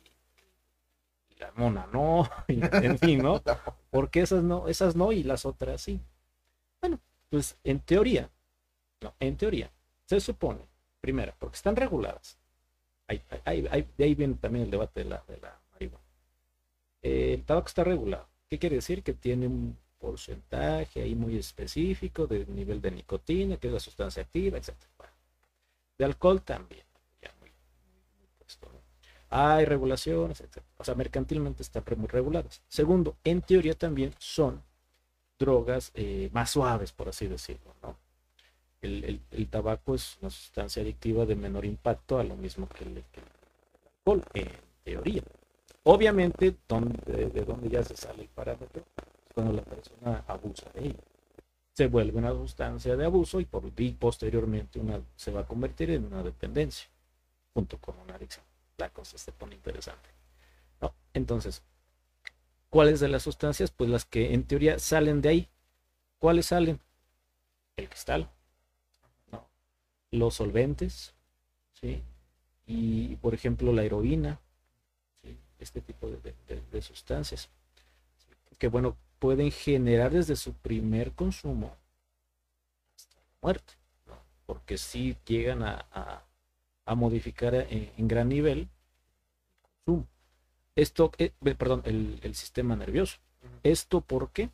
y la mona no, y, en fin, ¿no? ¿Por qué esas no, esas no y las otras sí? Bueno, pues en teoría, no, en teoría, se supone, primero, porque están reguladas. Hay, hay, hay, de ahí viene también el debate de la, de la marihuana. Eh, el tabaco está regulado. ¿Qué quiere decir? Que tiene un porcentaje ahí muy específico de nivel de nicotina, que es la sustancia activa, etcétera. Bueno, de alcohol también, ya muy, muy, muy puesto, ¿no? Hay regulaciones, etcétera. O sea, mercantilmente están muy reguladas. Segundo, en teoría también son drogas eh, más suaves, por así decirlo, ¿no? El, el, el, tabaco es una sustancia adictiva de menor impacto a lo mismo que el, que el alcohol, en teoría. Obviamente, donde, de donde ya se sale el parámetro, es cuando la persona abusa de ella. Se vuelve una sustancia de abuso y, por, y posteriormente una, se va a convertir en una dependencia, junto con una adicción. La cosa se pone interesante, ¿no? Entonces, ¿cuáles de las sustancias? Pues las que en teoría salen de ahí. ¿Cuáles salen? El cristal, ¿no? Los solventes, ¿sí? Y, por ejemplo, la heroína, ¿sí? Este tipo de, de, de sustancias, ¿sí? Que, bueno, pueden generar desde su primer consumo hasta la muerte, ¿no? Porque sí llegan a, a, a modificar en, en gran nivel el consumo. Esto, eh, perdón, el, el sistema nervioso. ¿Esto por qué?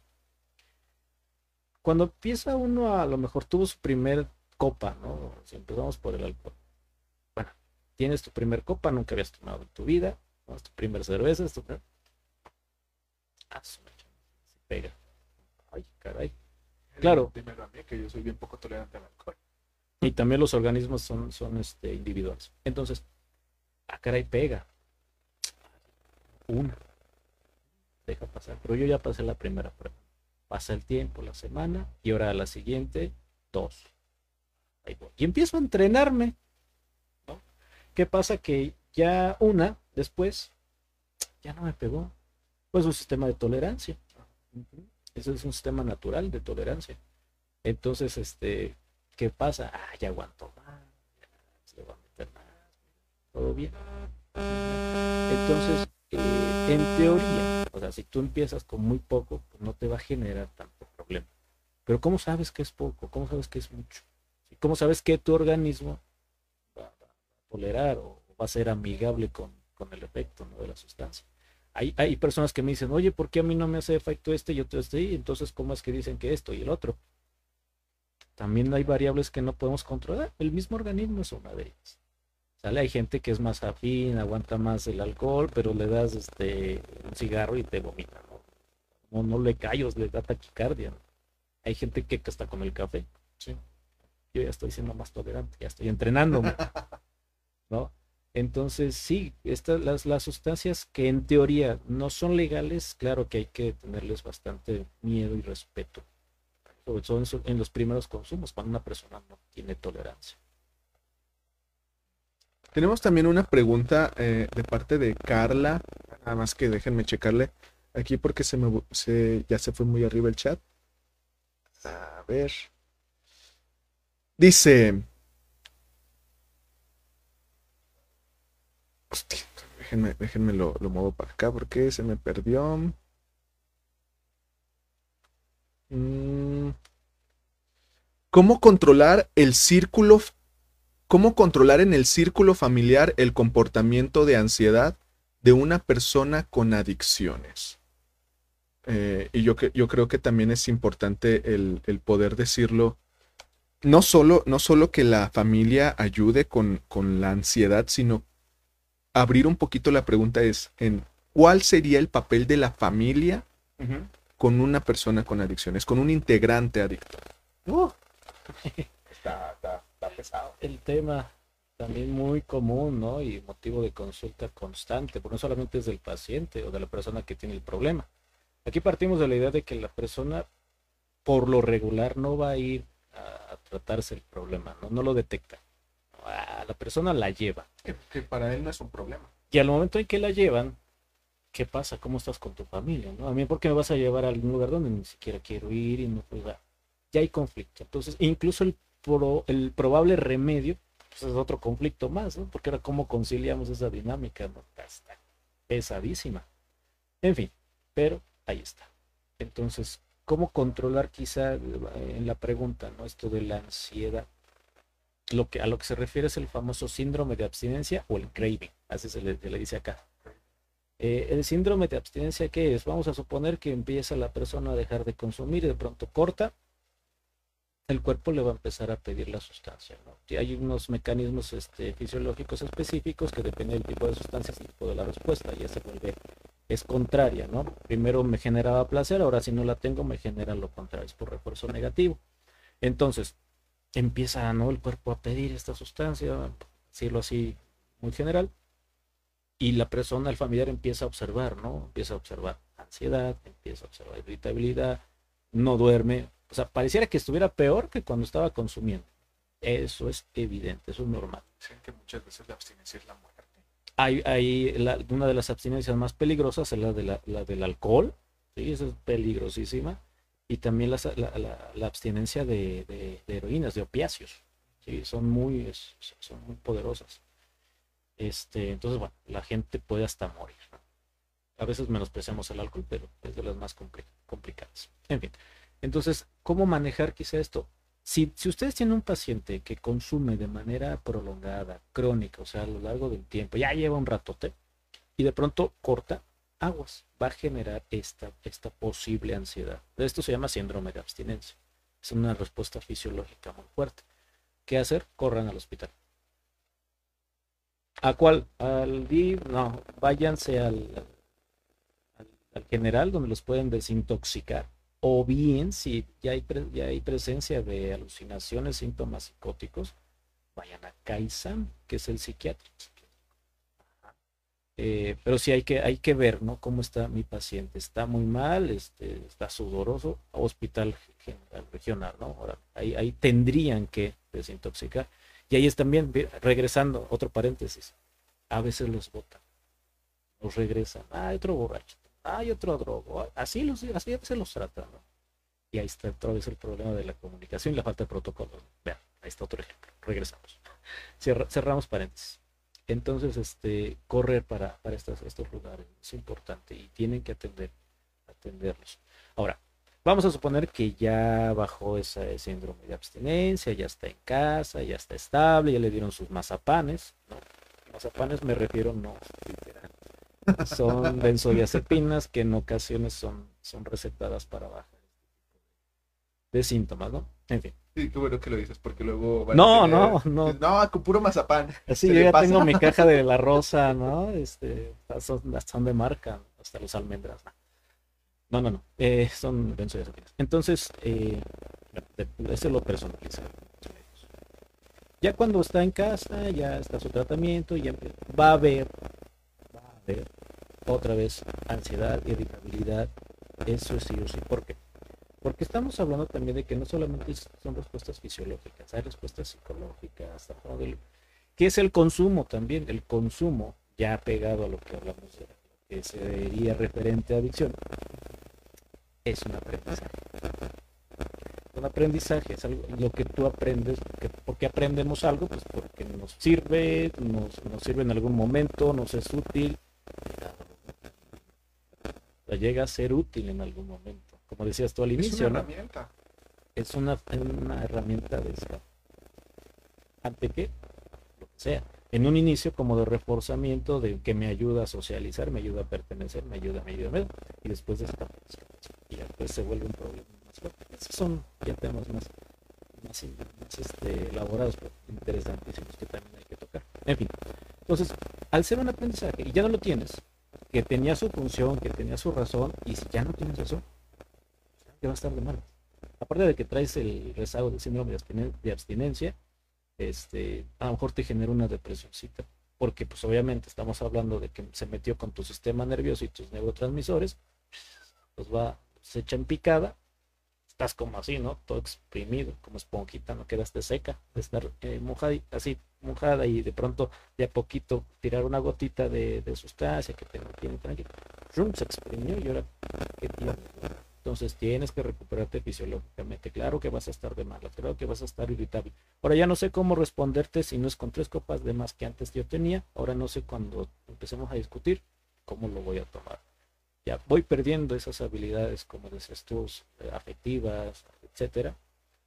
Cuando empieza uno, a lo mejor tuvo su primer copa, ¿no? Si empezamos por el alcohol. Bueno, tienes tu primer copa, nunca habías tomado en tu vida, ¿no? Es tu primer cerveza, es tu primer... Ah, se pega. Ay, caray. Claro. Primero a mí, que yo soy bien poco tolerante al alcohol. Y también los organismos son, son este, individuales. Entonces, ah, caray, pega. Una. Deja pasar. Pero yo ya pasé la primera prueba. Pasa el tiempo, la semana, y ahora a la siguiente, dos. Ahí voy. Y empiezo a entrenarme, ¿no? ¿Qué pasa? Que ya una, después, ya no me pegó. Pues un sistema de tolerancia. Uh-huh. Ese es un sistema natural de tolerancia. Entonces, este, ¿qué pasa? Ah, ya aguanto más, ya se le va a meter más, todo bien. Entonces, eh, en teoría, o sea, si tú empiezas con muy poco, pues no te va a generar tanto problema. Pero ¿cómo sabes que es poco? ¿Cómo sabes que es mucho? ¿Cómo sabes que tu organismo va, va a tolerar o va a ser amigable con, con el efecto, ¿no? De la sustancia? Hay, hay personas que me dicen, oye, ¿por qué a mí no me hace efecto este y otro este? Y entonces, ¿cómo es que dicen que esto y el otro? También hay variables que no podemos controlar. El mismo organismo es una de ellas. ¿Sale? Hay gente que es más afín, aguanta más el alcohol, pero le das este un cigarro y te vomita, ¿no? No, no le callos, le da taquicardia, ¿no? Hay gente que hasta con el café. Sí. Yo ya estoy siendo más tolerante, ya estoy entrenándome, ¿no? Entonces, sí, estas, las, las sustancias que en teoría no son legales, claro que hay que tenerles bastante miedo y respeto. Sobre todo en, en los primeros consumos, cuando una persona no tiene tolerancia. Tenemos también una pregunta eh, de parte de Carla, nada más que déjenme checarle aquí porque se me se, ya se fue muy arriba el chat. A ver. Dice... Hostia, déjenme, déjenme lo, lo muevo para acá porque se me perdió. Mm. ¿Cómo controlar el círculo? ¿Cómo controlar en el círculo familiar el comportamiento de ansiedad de una persona con adicciones? Eh, y yo, yo creo que también es importante el, el poder decirlo, no solo, no solo que la familia ayude con, con la ansiedad, sino abrir un poquito la pregunta es en cuál sería el papel de la familia Ujú. con una persona con adicciones, con un integrante adicto. Uh, Está, está, está pesado. el tema también muy común, ¿no? Y motivo de consulta constante, porque no solamente es del paciente o de la persona que tiene el problema. Aquí partimos de la idea de que la persona por lo regular no va a ir a, a tratarse el problema, ¿no? No lo detecta. A la persona la lleva. Que, que para él no es un problema. Y al momento en que la llevan, ¿qué pasa? ¿Cómo estás con tu familia? ¿No? A mí, ¿por qué me vas a llevar a algún lugar donde ni siquiera quiero ir? Y no, pues, ya hay conflicto. Entonces, incluso el, pro, el probable remedio pues, es otro conflicto más, ¿no? Porque ahora, ¿cómo conciliamos esa dinámica? ¿No? Está pesadísima. En fin, pero ahí está. Entonces, ¿cómo controlar quizá en la pregunta, ¿no? Esto de la ansiedad? Lo que, a lo que se refiere es el famoso síndrome de abstinencia o el craving, así se le, se le dice acá. Eh, el síndrome de abstinencia, ¿qué es? Vamos a suponer que empieza la persona a dejar de consumir y de pronto corta, el cuerpo le va a empezar a pedir la sustancia, ¿no? Y hay unos mecanismos este, fisiológicos específicos que depende del tipo de sustancia, el tipo de la respuesta, ya se vuelve, es contraria, ¿no? Primero me generaba placer, ahora si no la tengo me genera lo contrario, es por refuerzo negativo. Entonces, empieza, ¿no? El cuerpo a pedir esta sustancia, decirlo así muy general, y la persona, el familiar empieza a observar, ¿no? Empieza a observar ansiedad, empieza a observar irritabilidad, no duerme, o sea, pareciera que estuviera peor que cuando estaba consumiendo. Eso es evidente, eso es normal. Dicen que muchas veces la abstinencia es la muerte. Hay, hay la, una de las abstinencias más peligrosas es la, de la, la del alcohol, ¿sí? Esa es peligrosísima. Y también la, la, la, la abstinencia de, de, de heroínas, de opiáceos, ¿sí? Son muy, son muy poderosas. Este, entonces, bueno, la gente puede hasta morir, ¿no? A veces menospreciamos el alcohol, pero es de las más compli complicadas. En fin, entonces, ¿cómo manejar quizá esto? Si, si ustedes tienen un paciente que consume de manera prolongada, crónica, o sea, a lo largo del tiempo, ya lleva un ratote, y de pronto corta, aguas, va a generar esta, esta posible ansiedad. Esto se llama síndrome de abstinencia. Es una respuesta fisiológica muy fuerte. ¿Qué hacer? Corran al hospital. ¿A cuál? ¿Al D I V? No, váyanse al, al, al general donde los pueden desintoxicar. O bien, si ya hay, pre, ya hay presencia de alucinaciones, síntomas psicóticos, vayan a Kaisan, que es el psiquiátrico. Eh, pero sí hay que, hay que ver, ¿no? Cómo está mi paciente. Está muy mal, este, está sudoroso, hospital general, regional, ¿no? Ahora, ahí, ahí tendrían que desintoxicar. Y ahí es también, regresando, otro paréntesis, a veces los botan, los regresan, ah, hay otro borracho, ah, hay otro drogo, así, los, así a veces los tratan, ¿no? Y ahí está otra vez el problema de la comunicación y la falta de protocolo. Vean, ahí está otro ejemplo. Regresamos. Cierra, cerramos paréntesis. Entonces, este, correr para, para estos, estos lugares es importante y tienen que atender, atenderlos. Ahora, vamos a suponer que ya bajó ese síndrome de abstinencia, ya está en casa, ya está estable, ya le dieron sus mazapanes, ¿no? Mazapanes me refiero no literal. Son benzodiazepinas que en ocasiones son, son recetadas para bajar de síntomas, ¿no? En fin. Sí, qué bueno que lo dices, porque luego van no, a tener... no, no. No, con puro mazapán. Así yo ya pasa? Tengo mi caja de la rosa, ¿no? Este, son, son de marca, hasta los almendras, ¿no? No, no, no. Eh, son benzodiazepinas. Entonces, eh, ese lo personalizado. Ya cuando está en casa, ya está su tratamiento, ya va a haber, va a haber otra vez ansiedad, irritabilidad. Eso es sí o sí. ¿Por qué? Porque estamos hablando también de que no solamente son respuestas fisiológicas, hay respuestas psicológicas, que es el consumo también, el consumo ya pegado a lo que hablamos de lo que sería referente a adicción, es un aprendizaje. Un aprendizaje es algo, lo que tú aprendes, que, ¿por qué aprendemos algo? Pues porque nos sirve, nos, nos sirve en algún momento, nos es útil, llega a ser útil en algún momento. Como decías tú al inicio, es una ¿no? herramienta. Es una, una herramienta de escape. ¿Ante qué? Lo que sea. En un inicio como de reforzamiento, de que me ayuda a socializar, me ayuda a pertenecer, me ayuda, me ayuda, me ayuda. Y después de escape, y después se vuelve un problema más fuerte. Esos son ya temas más, más, más este, elaborados, pero interesantísimos que también hay que tocar. En fin, entonces, al ser un aprendizaje y ya no lo tienes, que tenía su función, que tenía su razón, y si ya no tienes eso, ya va a estar de mal. Aparte de que traes el rezago del síndrome de, abstinen de abstinencia, este, a lo mejor te genera una depresioncita, porque pues obviamente estamos hablando de que se metió con tu sistema nervioso y tus neurotransmisores, pues va, se echa en picada, estás como así, ¿no? Todo exprimido, como esponjita, no quedaste seca de estar eh, mojada, así mojada y de pronto de a poquito tirar una gotita de, de sustancia que te mantiene tranquilo. ¡Rum! Se exprimió y ahora, ¿qué tienes? Entonces tienes que recuperarte fisiológicamente. Claro que vas a estar de malas, claro que vas a estar irritable. Ahora ya no sé cómo responderte si no es con tres copas de más que antes yo tenía. Ahora no sé cuando empecemos a discutir cómo lo voy a tomar. Ya voy perdiendo esas habilidades, como decías tú, afectivas, etcétera.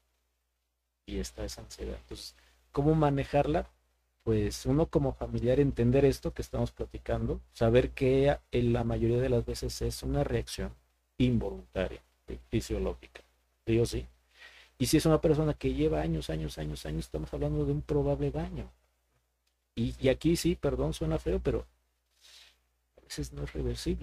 Y está esa ansiedad. Entonces, ¿cómo manejarla? Pues uno como familiar entender esto que estamos platicando, saber que en la mayoría de las veces es una reacción involuntaria, fisiológica, sí o sí. Y si es una persona que lleva años, años, años, años, estamos hablando de un probable daño. Y, y aquí sí, perdón, suena feo, pero a veces no es reversible.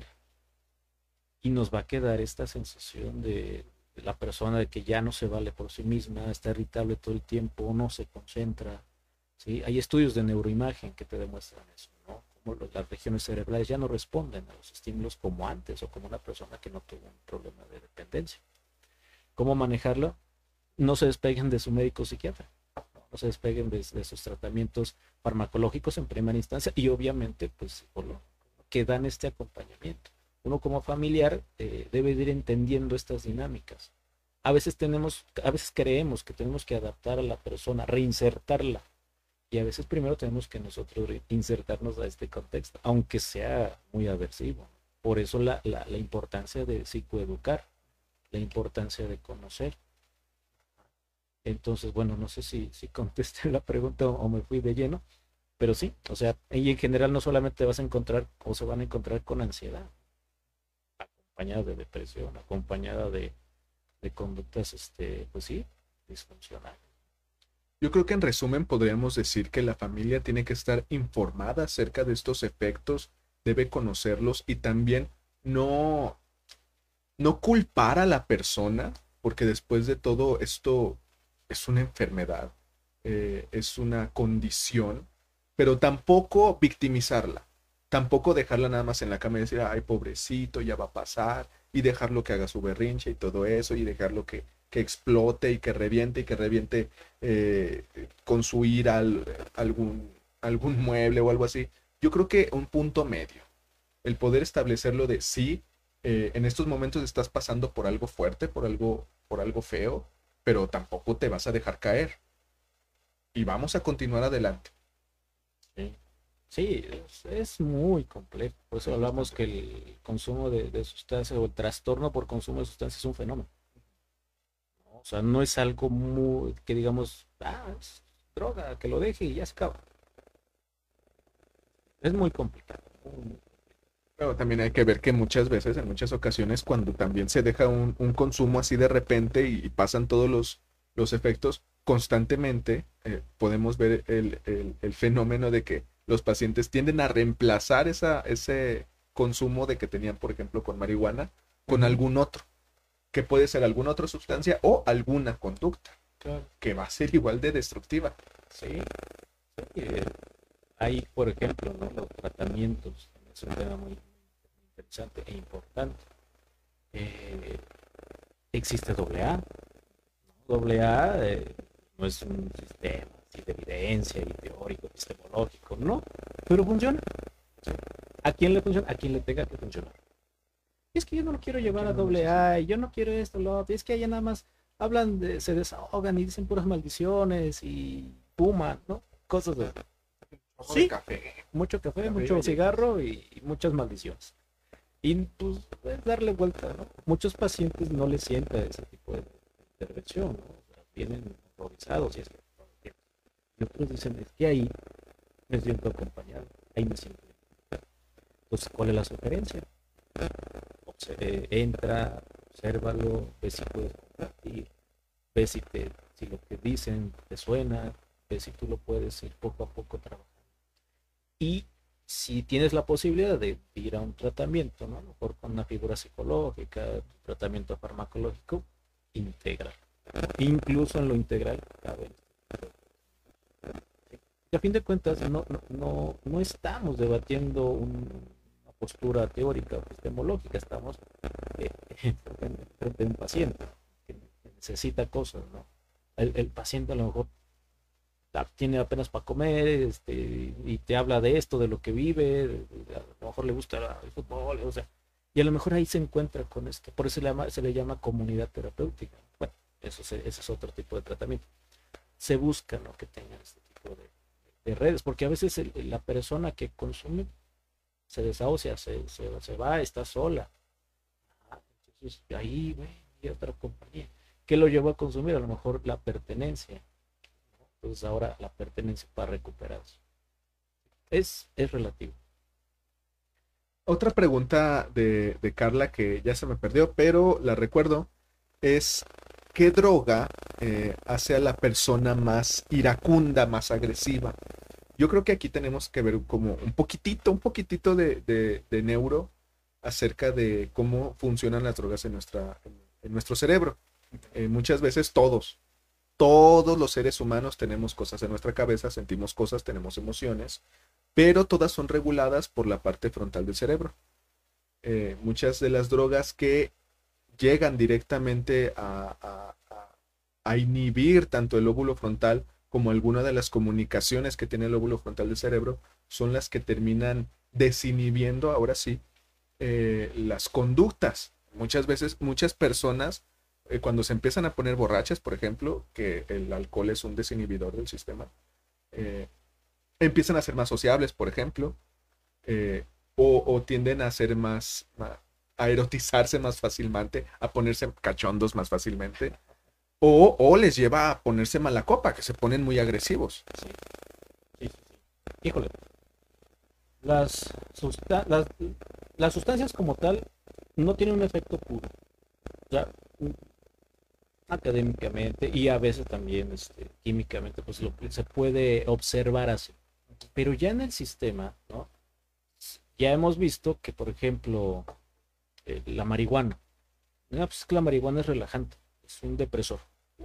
Y nos va a quedar esta sensación de, de la persona de que ya no se vale por sí misma, está irritable todo el tiempo, no se concentra. ¿Sí? Hay estudios de neuroimagen que te demuestran eso, ¿no? Como las regiones cerebrales ya no responden a los estímulos como antes o como una persona que no tuvo un problema de dependencia. ¿Cómo manejarlo? No se despeguen de su médico psiquiatra, no, no se despeguen de, de sus tratamientos farmacológicos en primera instancia y obviamente pues psicólogos que dan este acompañamiento. Uno como familiar eh, debe ir entendiendo estas dinámicas. A veces tenemos, a veces creemos que tenemos que adaptar a la persona, reinsertarla. Y a veces primero tenemos que nosotros insertarnos a este contexto, aunque sea muy aversivo. Por eso la, la, la importancia de psicoeducar, la importancia de conocer. Entonces, bueno, no sé si, si contesté la pregunta o, o me fui de lleno, pero sí, o sea, y en general no solamente te vas a encontrar o se van a encontrar con ansiedad, acompañada de depresión, acompañada de, de conductas, este, pues sí, disfuncionales. Yo creo que en resumen podríamos decir que la familia tiene que estar informada acerca de estos efectos, debe conocerlos y también no, no culpar a la persona, porque después de todo esto es una enfermedad, eh, es una condición, pero tampoco victimizarla, tampoco dejarla nada más en la cama y decir, ay, pobrecito, ya va a pasar, y dejarlo que haga su berrinche y todo eso, y dejarlo que, que explote y que reviente y que reviente eh, con su ira al, algún, algún mueble o algo así. Yo creo que un punto medio, el poder establecerlo de sí, eh, en estos momentos estás pasando por algo fuerte, por algo, por algo feo, pero tampoco te vas a dejar caer. Y vamos a continuar adelante. Sí, sí es, es muy complejo. Por eso hablamos que el consumo de, de sustancias o el trastorno por consumo de sustancias es un fenómeno. ¿No? O sea, no es algo muy, que digamos, ah, es droga, que lo deje y ya se acaba. Es muy complicado. Muy, Pero también hay que ver que muchas veces, en muchas ocasiones, cuando también se deja un, un consumo así de repente y, y pasan todos los, los efectos constantemente, eh, podemos ver el, el, el, fenómeno de que los pacientes tienden a reemplazar esa, ese consumo de que tenían, por ejemplo, con marihuana, con uh-huh. algún otro, que puede ser alguna otra sustancia o alguna conducta, claro. que va a ser igual de destructiva. Sí, sí. Eh, hay, por ejemplo, ¿no? los tratamientos. Es un tema muy interesante e importante. Eh, existe doble A. Doble A eh, no es un sistema así de evidencia y teórico, epistemológico, no, pero funciona. ¿A quién le funciona? A quien le tenga que funcionar. Y es que yo no lo quiero llevar a doble A, y yo no quiero esto, lo otro. Y es que allá nada más hablan, de, se desahogan y dicen puras maldiciones y fuman, ¿no? Cosas de... Sí, café. mucho café, café mucho cigarro y, y muchas maldiciones. Y pues es darle vuelta, ¿no? Muchos pacientes no les sienta ese tipo de intervención, ¿no? O sea, vienen horrorizados y es que y otros dicen, es que ahí me siento acompañado, ahí me siento acompañado. Entonces, ¿cuál es la sugerencia? Obse- eh, entra, obsérvalo, ve si puedes compartir, ve si te si lo que dicen te suena, ves si tú lo puedes ir poco a poco trabajando. Y si tienes la posibilidad de ir a un tratamiento, ¿no? A lo mejor con una figura psicológica, tratamiento farmacológico, integral. Incluso en lo integral cabe. Y a fin de cuentas, no, no, no, no estamos debatiendo un, una postura teórica o epistemológica, estamos eh, frente a un paciente que necesita cosas, ¿no? El, el paciente a lo mejor tiene apenas para comer, este, y te habla de esto, de lo que vive, a lo mejor le gusta el fútbol, o sea, y a lo mejor ahí se encuentra con esto, por eso se le llama, se le llama comunidad terapéutica. Bueno, eso se, ese es otro tipo de tratamiento. Se busca, ¿no?, que tengan este tipo de, de redes, porque a veces el, la persona que consume se desahucia, se, se, se va, está sola. Ah, entonces ahí, güey, y otra compañía. ¿Qué lo llevó a consumir? A lo mejor la pertenencia. Entonces ahora la pertenencia para recuperarse. Es, es relativo. Otra pregunta de, de Carla que ya se me perdió, pero la recuerdo, es ¿qué droga eh, hace a la persona más iracunda, más agresiva? Yo creo que aquí tenemos que ver como un poquitito, un poquitito de, de, de neuro acerca de cómo funcionan las drogas en, nuestra, en, en nuestro cerebro. Eh, muchas veces todos, todos los seres humanos tenemos cosas en nuestra cabeza, sentimos cosas, tenemos emociones, pero todas son reguladas por la parte frontal del cerebro. Eh, muchas de las drogas que llegan directamente a, a, a, a inhibir tanto el lóbulo frontal como alguna de las comunicaciones que tiene el lóbulo frontal del cerebro son las que terminan desinhibiendo, ahora sí, eh, las conductas. Muchas veces, muchas personas, eh, cuando se empiezan a poner borrachas, por ejemplo, que el alcohol es un desinhibidor del sistema, eh, empiezan a ser más sociables, por ejemplo, eh, o, o, tienden a ser más, más, a erotizarse más fácilmente, a ponerse cachondos más fácilmente, o, o les lleva a ponerse mala copa, que se ponen muy agresivos. Sí, sí, sí, sí. Híjole, las, susta las, las sustancias como tal no tienen un efecto puro. O sea, académicamente y a veces también este, químicamente, pues lo, se puede observar así. Pero ya en el sistema, ¿no?, ya hemos visto que, por ejemplo, eh, la marihuana, ¿no?, pues es que la marihuana es relajante, es un depresor.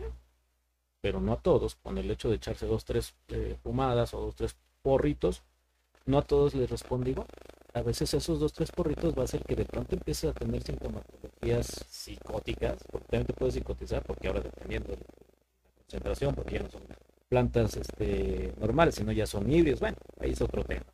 Pero no a todos, con el hecho de echarse dos, tres eh, fumadas o dos, tres porritos, no a todos les responde igual. A veces esos dos, tres porritos va a hacer que de pronto empieces a tener sintomatologías psicóticas, porque también te puedes psicotizar, porque ahora dependiendo de la concentración, porque ya no son plantas este, normales, sino ya son híbridos. Bueno, ahí es otro tema.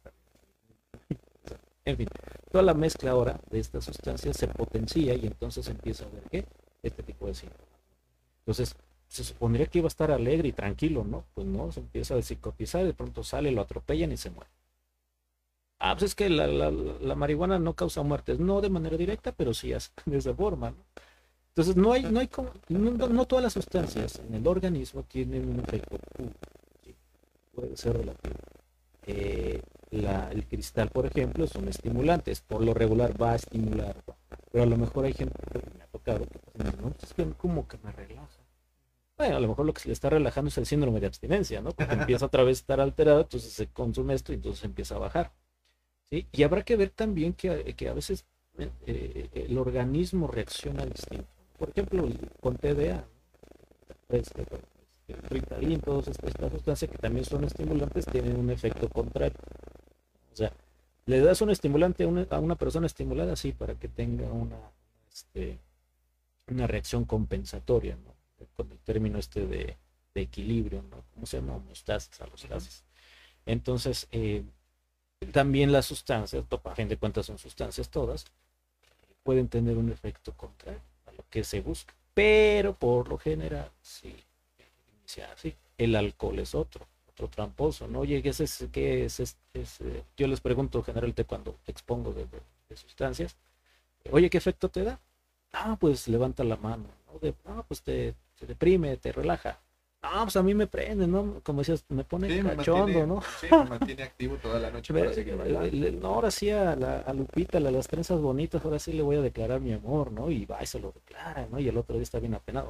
En fin, toda la mezcla ahora de estas sustancias se potencia y entonces empieza a ver qué, este tipo de síntomas. Entonces, se supondría que iba a estar alegre y tranquilo, ¿no? Pues no, se empieza a psicotizar, de pronto sale, lo atropellan y se muere. Ah, pues es que la, la, la marihuana no causa muertes, no de manera directa, pero sí hace de esa forma, ¿no? Entonces, no hay, no hay, no, no todas las sustancias en el organismo tienen un efecto puro, ¿sí? Puede ser relativo. Eh, la, el cristal, por ejemplo, es un estimulante, por lo regular va a estimular, pero a lo mejor hay gente que me ha tocado que no, es que como que me relaja. Bueno, a lo mejor lo que se le está relajando es el síndrome de abstinencia, ¿no? Porque empieza otra vez a estar alterado, entonces se consume esto y entonces empieza a bajar, ¿sí? Y habrá que ver también que, que a veces eh, el organismo reacciona distinto. Por ejemplo, con T D A, este, el Ritalin, todas estas, estas sustancias que también son estimulantes, tienen un efecto contrario. O sea, le das un estimulante a una, a una persona estimulada, sí, para que tenga una, este, una reacción compensatoria, ¿no? Con el término este de, de equilibrio, ¿no? ¿Cómo se llama? Homeostasis, alostasis. Entonces, eh, también las sustancias, a fin de cuentas son sustancias todas, pueden tener un efecto contrario a lo que se busca. Pero por lo general, sí, sí, el alcohol es otro, otro tramposo, ¿no? Oye, ¿qué es, es, qué es, es, es eh? Yo les pregunto generalmente cuando expongo de, de, de sustancias, oye, ¿qué efecto te da? Ah, pues levanta la mano, ¿no? De, ah, pues te, te deprime, te relaja. Ah, pues a mí me prende, ¿no? Como decías, me pone sí, cachondo, me mantiene, ¿no? Sí, me mantiene activo toda la noche para seguir bailando. No, ahora sí a, la, a Lupita, a las trenzas bonitas, ahora sí le voy a declarar mi amor, ¿no? Y va y se lo declara, ¿no? Y el otro día está bien apenado. Bueno,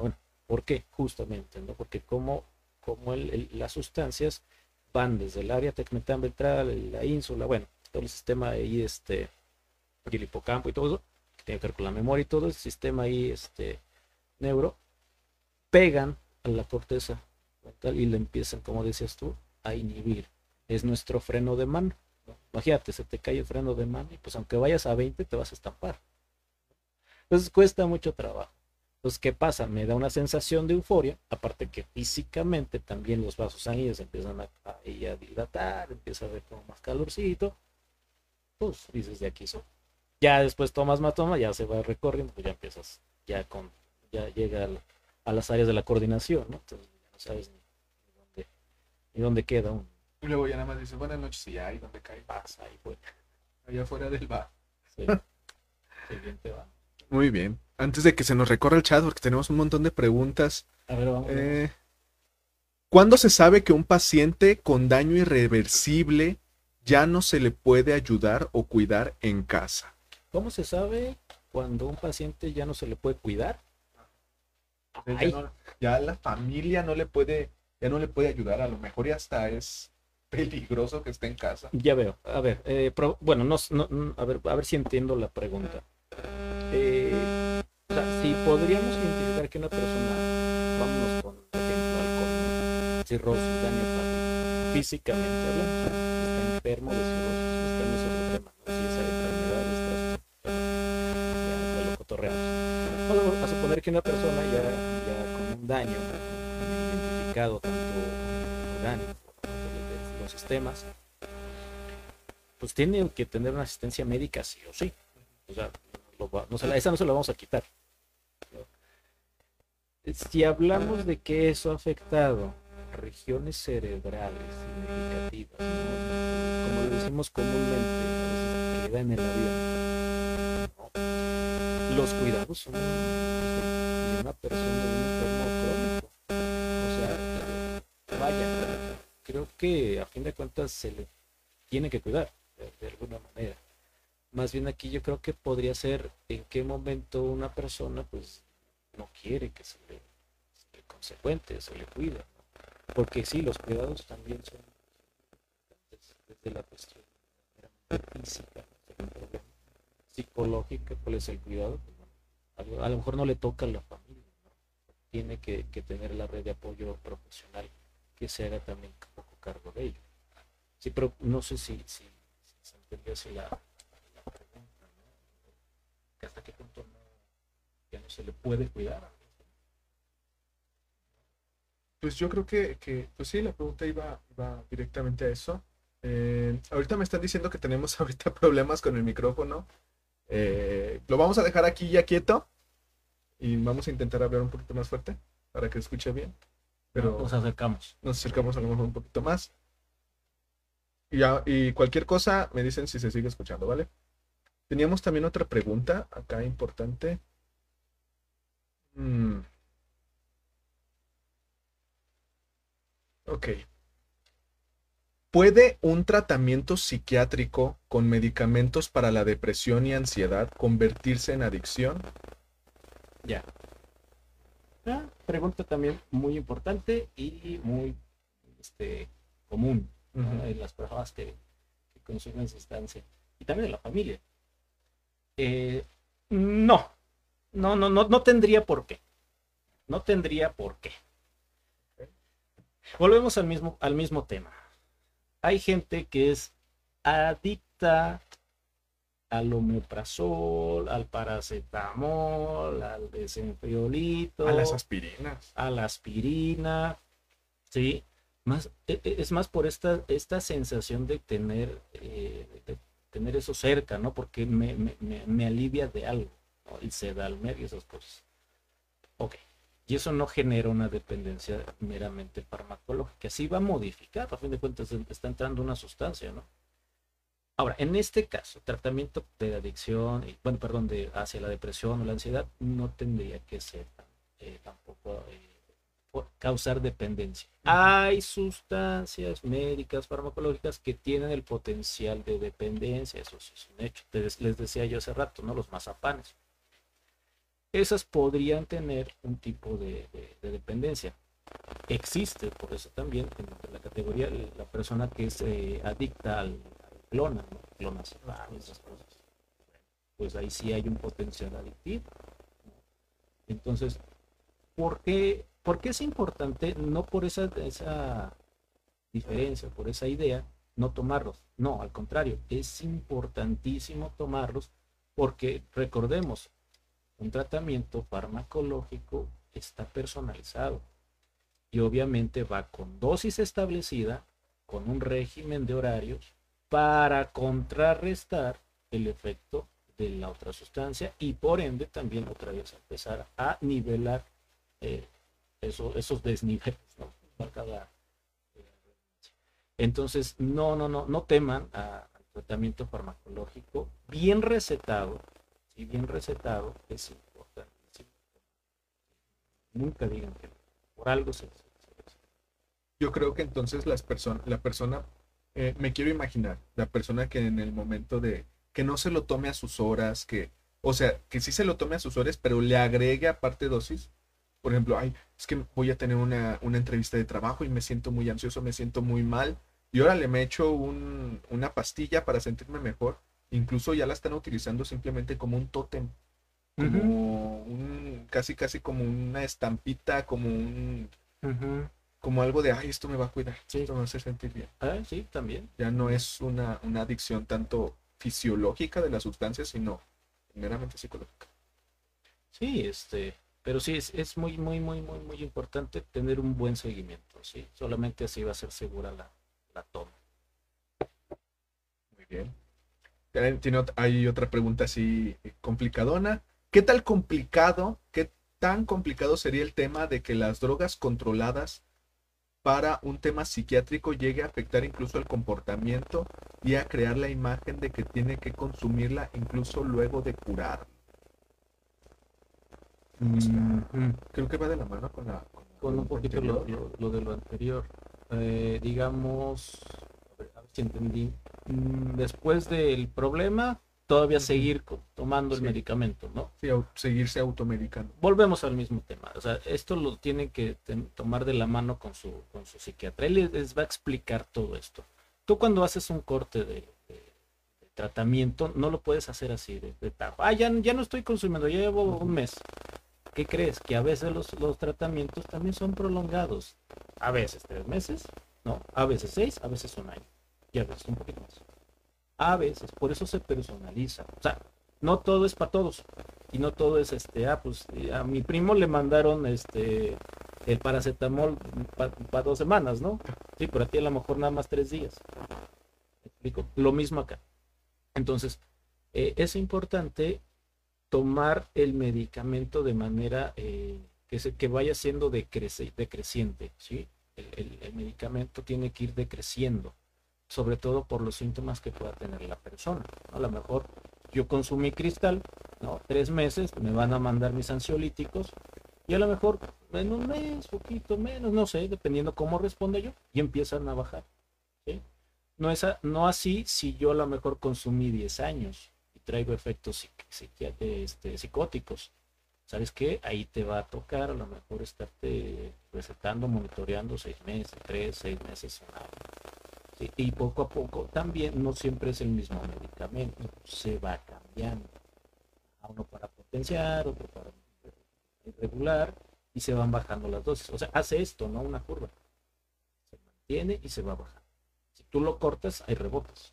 ¿Por qué? Justamente, ¿no? Porque como, como el, el, las sustancias van desde el área tegmental ventral, la ínsula, bueno, todo el sistema ahí, este, y el hipocampo y todo eso, que tiene que ver con la memoria y todo el sistema ahí, este, neuro, pegan a la corteza mental y le empiezan, como decías tú, a inhibir. Es nuestro freno de mano, ¿no? Imagínate, se te cae el freno de mano y pues aunque vayas a veinte te vas a estampar. Entonces cuesta mucho trabajo. Entonces, ¿qué pasa? Me da una sensación de euforia, aparte que físicamente también los vasos sanguíneos empiezan a, a, a dilatar, empieza a ver como más calorcito, pues dices de aquí soy. Ya después tomas más toma, ya se va recorriendo, pues ya empiezas, ya con, ya llega al, a las áreas de la coordinación, ¿no? Entonces ya no sabes ni, ni dónde, ni dónde queda uno. Y luego ya nada más dice buenas noches y ya ahí donde cae. Pasa ahí fue. Allá afuera del bar. Sí. Qué bien te va. Muy bien. Antes de que se nos recorra el chat, porque tenemos un montón de preguntas. A ver, vamos. Eh, ¿Cuándo se sabe que un paciente con daño irreversible ya no se le puede ayudar o cuidar en casa? ¿Cómo se sabe cuando un paciente ya no se le puede cuidar? Ya, no, ya la familia no le puede, ya no le puede ayudar, a lo mejor ya hasta es peligroso que esté en casa. Ya veo. A ver, eh, pro, bueno, no, no, a ver, a ver si entiendo la pregunta. Eh, o sea, si podríamos identificar que una persona, vámonos con, por ejemplo, alcohol, cirrosis, daño hepático, físicamente hablando, está enfermo de cirrosis, está en ese problema, ¿no? Si esa enfermedad está, bueno, ya lo cotorreamos. Vamos a suponer que una persona ya, ya con un daño identificado tanto orgánico como de los sistemas, pues tiene que tener una asistencia médica sí o sí. O sea, lo va, no se la, esa no se la vamos a quitar. Si hablamos de que eso ha afectado regiones cerebrales significativas, ¿no? Como lo decimos comúnmente, queda en el avión, ¿no? Los cuidados son de una persona de un enfermo crónico. O sea, vaya, creo que a fin de cuentas se le tiene que cuidar de, de alguna manera. Más bien aquí yo creo que podría ser en qué momento una persona pues no quiere que se le, se le consecuente, se le cuide, ¿no? Porque sí, los cuidados también son desde, desde la cuestión física, ¿no? Psicológica, ¿cuál es el cuidado? Pues, bueno, a, a lo mejor no le toca a la familia, ¿no? Tiene que, que tener la red de apoyo profesional que se haga también un poco cargo de ello. Sí, pero no sé si, si, si se entendió así la pregunta, ¿no? Que hasta qué punto no, ya no se le puede cuidar. Pues yo creo que, que pues sí, la pregunta iba, iba directamente a eso. Eh, ahorita me están diciendo que tenemos ahorita problemas con el micrófono. Eh, lo vamos a dejar aquí ya quieto y vamos a intentar hablar un poquito más fuerte para que escuche bien. Pero no, nos acercamos. Nos acercamos a lo mejor un poquito más. Y, a, y cualquier cosa me dicen si se sigue escuchando, ¿vale? Teníamos también otra pregunta acá importante. Hmm. Ok. ¿Puede un tratamiento psiquiátrico con medicamentos para la depresión y ansiedad convertirse en adicción? Ya. Una pregunta también muy importante y muy este, común, ¿no? Uh-huh. En las personas que, que consumen sustancia y también en la familia. Eh, no, no, no, no, no tendría por qué. No tendría por qué. Volvemos al mismo, al mismo tema. Hay gente que es adicta al omeprazol, al paracetamol, al desenfriolito, a las aspirinas, a la aspirina, ¿sí? Más, es más por esta, esta sensación de tener, eh, de tener eso cerca, ¿no? Porque me, me, me alivia de algo, ¿no? El sedalmer y esas cosas. Ok. Y eso no genera una dependencia meramente farmacológica. Sí va a modificar, a fin de cuentas está entrando una sustancia, ¿no? Ahora, en este caso, tratamiento de adicción, bueno, perdón, de hacia la depresión o la ansiedad, no tendría que ser eh, tampoco eh, causar dependencia. Uh-huh. Hay sustancias médicas, farmacológicas que tienen el potencial de dependencia, eso sí es un hecho. Les, les decía yo hace rato, ¿no? Los mazapanes. esas podrían tener un tipo de, de, de dependencia. Existe, por eso también, en la categoría, la persona que es eh, adicta al, al clona, ¿no? Clonazepam, esas cosas. Pues ahí sí hay un potencial adictivo. Entonces, ¿por qué, por qué es importante? No por esa, esa diferencia, por esa idea, no tomarlos. No, al contrario, es importantísimo tomarlos porque recordemos, un tratamiento farmacológico está personalizado y obviamente va con dosis establecida, con un régimen de horarios para contrarrestar el efecto de la otra sustancia y por ende también otra vez empezar a nivelar eh, eso, esos desniveles, ¿no? Cada, entonces, no, no, no, no teman a- al tratamiento farmacológico bien recetado, si bien recetado es importante. Sí. Nunca digan que no, por algo se, se- se- Yo creo que entonces las personas, la persona, eh, me quiero imaginar, la persona que en el momento de que no se lo tome a sus horas, que, o sea, que sí se lo tome a sus horas, pero le agregue aparte dosis. Por ejemplo, ay, es que voy a tener una, una entrevista de trabajo y me siento muy ansioso, me siento muy mal. Y ahora le me echo un, una pastilla para sentirme mejor. Incluso ya la están utilizando simplemente como un tótem, Ujú, como un, casi casi como una estampita, como un, ujú. como algo de, ay, esto me va a cuidar, Sí, esto me hace sentir bien. ah, sí, también. Ya no es una, una adicción tanto fisiológica de la sustancia, sino meramente psicológica. Sí, este, pero sí, es, es muy, muy, muy, muy, muy importante tener un buen seguimiento, ¿sí? Solamente así va a ser segura la, la toma. Muy bien. Karen, tiene ot- hay otra pregunta así eh, complicadona. ¿Qué tal complicado, qué tan complicado sería el tema de que las drogas controladas para un tema psiquiátrico llegue a afectar incluso el comportamiento y a crear la imagen de que tiene que consumirla incluso luego de curar? O sea, Ujú. creo que va de la mano con la, con la Con un pregunta poquito lo, anterior. lo- lo de lo anterior. Eh, digamos, a ver, a ver si entendí. Mm, Después del problema, todavía Ujú. seguir co- tomando el Sí, medicamento, ¿no? sí, au- seguirse automedicando. Volvemos al mismo tema. O sea, esto lo tienen que ten- tomar de la mano con su, con su psiquiatra. Él les, les va a explicar todo esto. Tú cuando haces un corte de, de- de tratamiento, no lo puedes hacer así de, de tajo. Ah, ya, ya no estoy consumiendo, ya llevo un Ujú. mes. ¿Qué crees? Que a veces los, los tratamientos también son prolongados. A veces tres meses, ¿no? A veces seis, a veces un año. Y a veces un poquito más. A veces, por eso se personaliza. O sea, no todo es para todos. Y no todo es este, ah, pues a mi primo le mandaron este el paracetamol para pa dos semanas, ¿no? Sí, pero a ti a lo mejor nada más tres días. ¿Me explico? Lo mismo acá. Entonces, eh, es importante tomar el medicamento de manera eh, que, se, que vaya siendo decrece, decreciente, ¿sí? El, el, el medicamento tiene que ir decreciendo, sobre todo por los síntomas que pueda tener la persona, ¿no? A lo mejor yo consumí cristal, ¿no? Tres meses, me van a mandar mis ansiolíticos y a lo mejor en un mes, poquito menos, no sé, dependiendo cómo responda yo, y empiezan a bajar, ¿sí? No, es a- no así si yo a lo mejor consumí diez años y traigo efectos psiqui- psiqui- este, psicóticos. ¿Sabes qué? Ahí te va a tocar a lo mejor estarte recetando, monitoreando seis meses, tres, seis meses, un año. ¿Sí? Y poco a poco también no siempre es el mismo medicamento, se va cambiando. A uno para potenciar, otro para regular y se van bajando las dosis. O sea, hace esto, ¿no? Una curva. Se mantiene y se va bajando. Si tú lo cortas, hay rebotes.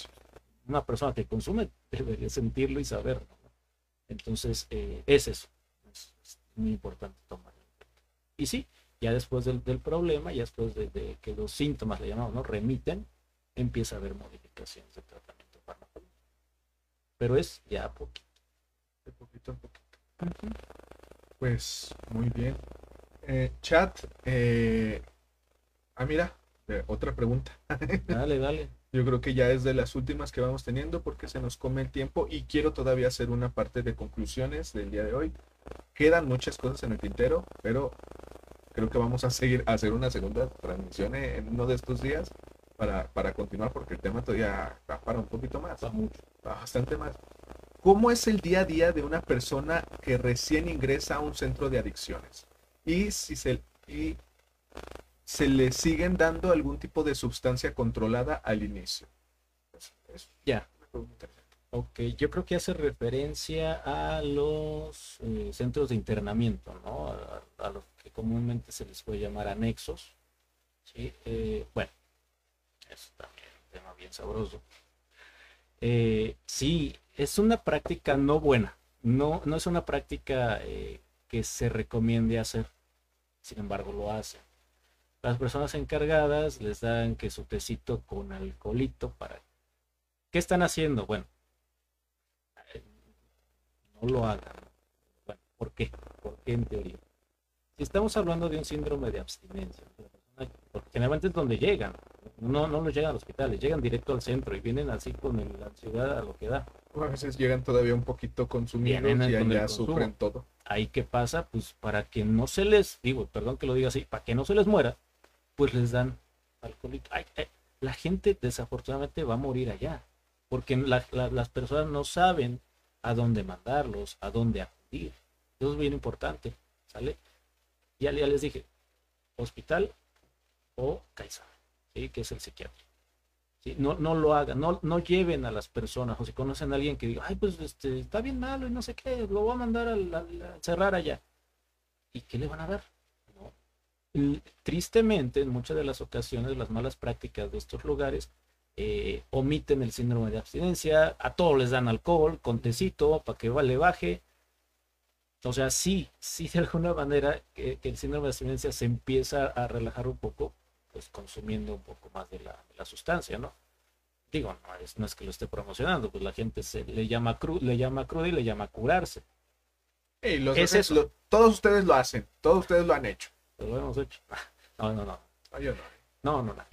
Una persona que consume debería sentirlo y saberlo, ¿no? Entonces, eh, es eso. Es, es muy importante tomarlo. Y sí, ya después del, del problema, ya después de, de, que los síntomas, le llamamos, ¿no? Remiten, empieza a haber modificaciones de tratamiento farmacológico. Pero es ya poquito. De poquito a poquito. Pues muy bien. Eh, chat, eh, ah, mira, eh, otra pregunta. Dale, dale. Yo creo que ya es de las últimas que vamos teniendo porque se nos come el tiempo y quiero todavía hacer una parte de conclusiones del día de hoy. Quedan muchas cosas en el tintero, pero creo que vamos a seguir a hacer una segunda transmisión en uno de estos días para, para continuar porque el tema todavía va para un poquito más, Va mucho. va bastante más. ¿cómo es el día a día de una persona que recién ingresa a un centro de adicciones? Y si se, y se le siguen dando algún tipo de sustancia controlada al inicio. Es, es Ya, una pregunta interesante. ok, yo creo que hace referencia a los eh, centros de internamiento, ¿no? A, a los que comúnmente se les puede llamar anexos, ¿sí? Eh, bueno, es también un tema bien sabroso. Eh, sí, es una práctica no buena, no, no es una práctica eh, que se recomiende hacer, sin embargo lo hacen. Las personas encargadas les dan que su tecito con alcoholito para... ¿Qué están haciendo? Bueno, eh, no lo hagan. Bueno, ¿por qué? ¿Por qué en teoría? Si estamos hablando de un síndrome de abstinencia, porque generalmente es donde llegan, no, no los llegan al hospital, llegan directo al centro y vienen así con el, la ansiedad a lo que da. A veces llegan todavía un poquito consumidos Vienen y con el allá consumo. sufren todo. Ahí qué pasa, pues para que no se les, digo, perdón que lo diga así, para que no se les muera, pues les dan alcoholito. Ay, ay, la gente desafortunadamente va a morir allá, porque la, la, las personas no saben a dónde mandarlos, a dónde acudir. Eso es bien importante, ¿sale? Ya, ya les dije, hospital o Caixa, ¿sí? Que es el psiquiatra. ¿Sí? No, no lo hagan, no, no lleven a las personas, o si conocen a alguien que diga, ay, pues este, está bien malo y no sé qué, lo voy a mandar a, a, a cerrar allá. ¿Y qué le van a dar? ¿No? Y, tristemente, en muchas de las ocasiones, las malas prácticas de estos lugares eh, omiten el síndrome de abstinencia, a todos les dan alcohol, con tecito, para que le baje. O sea, sí, sí, de alguna manera que, que el síndrome de abstinencia se empieza a relajar un poco, pues consumiendo un poco más de la, de la sustancia, ¿no? Digo, no es, no es que lo esté promocionando, pues la gente se le llama cru, le llama cruda y le llama curarse. Y los Es hacen- eso, lo- todos ustedes lo hacen, todos ustedes lo han hecho. pues lo hemos hecho. No, no, no, Ah, yo no. no, no, no.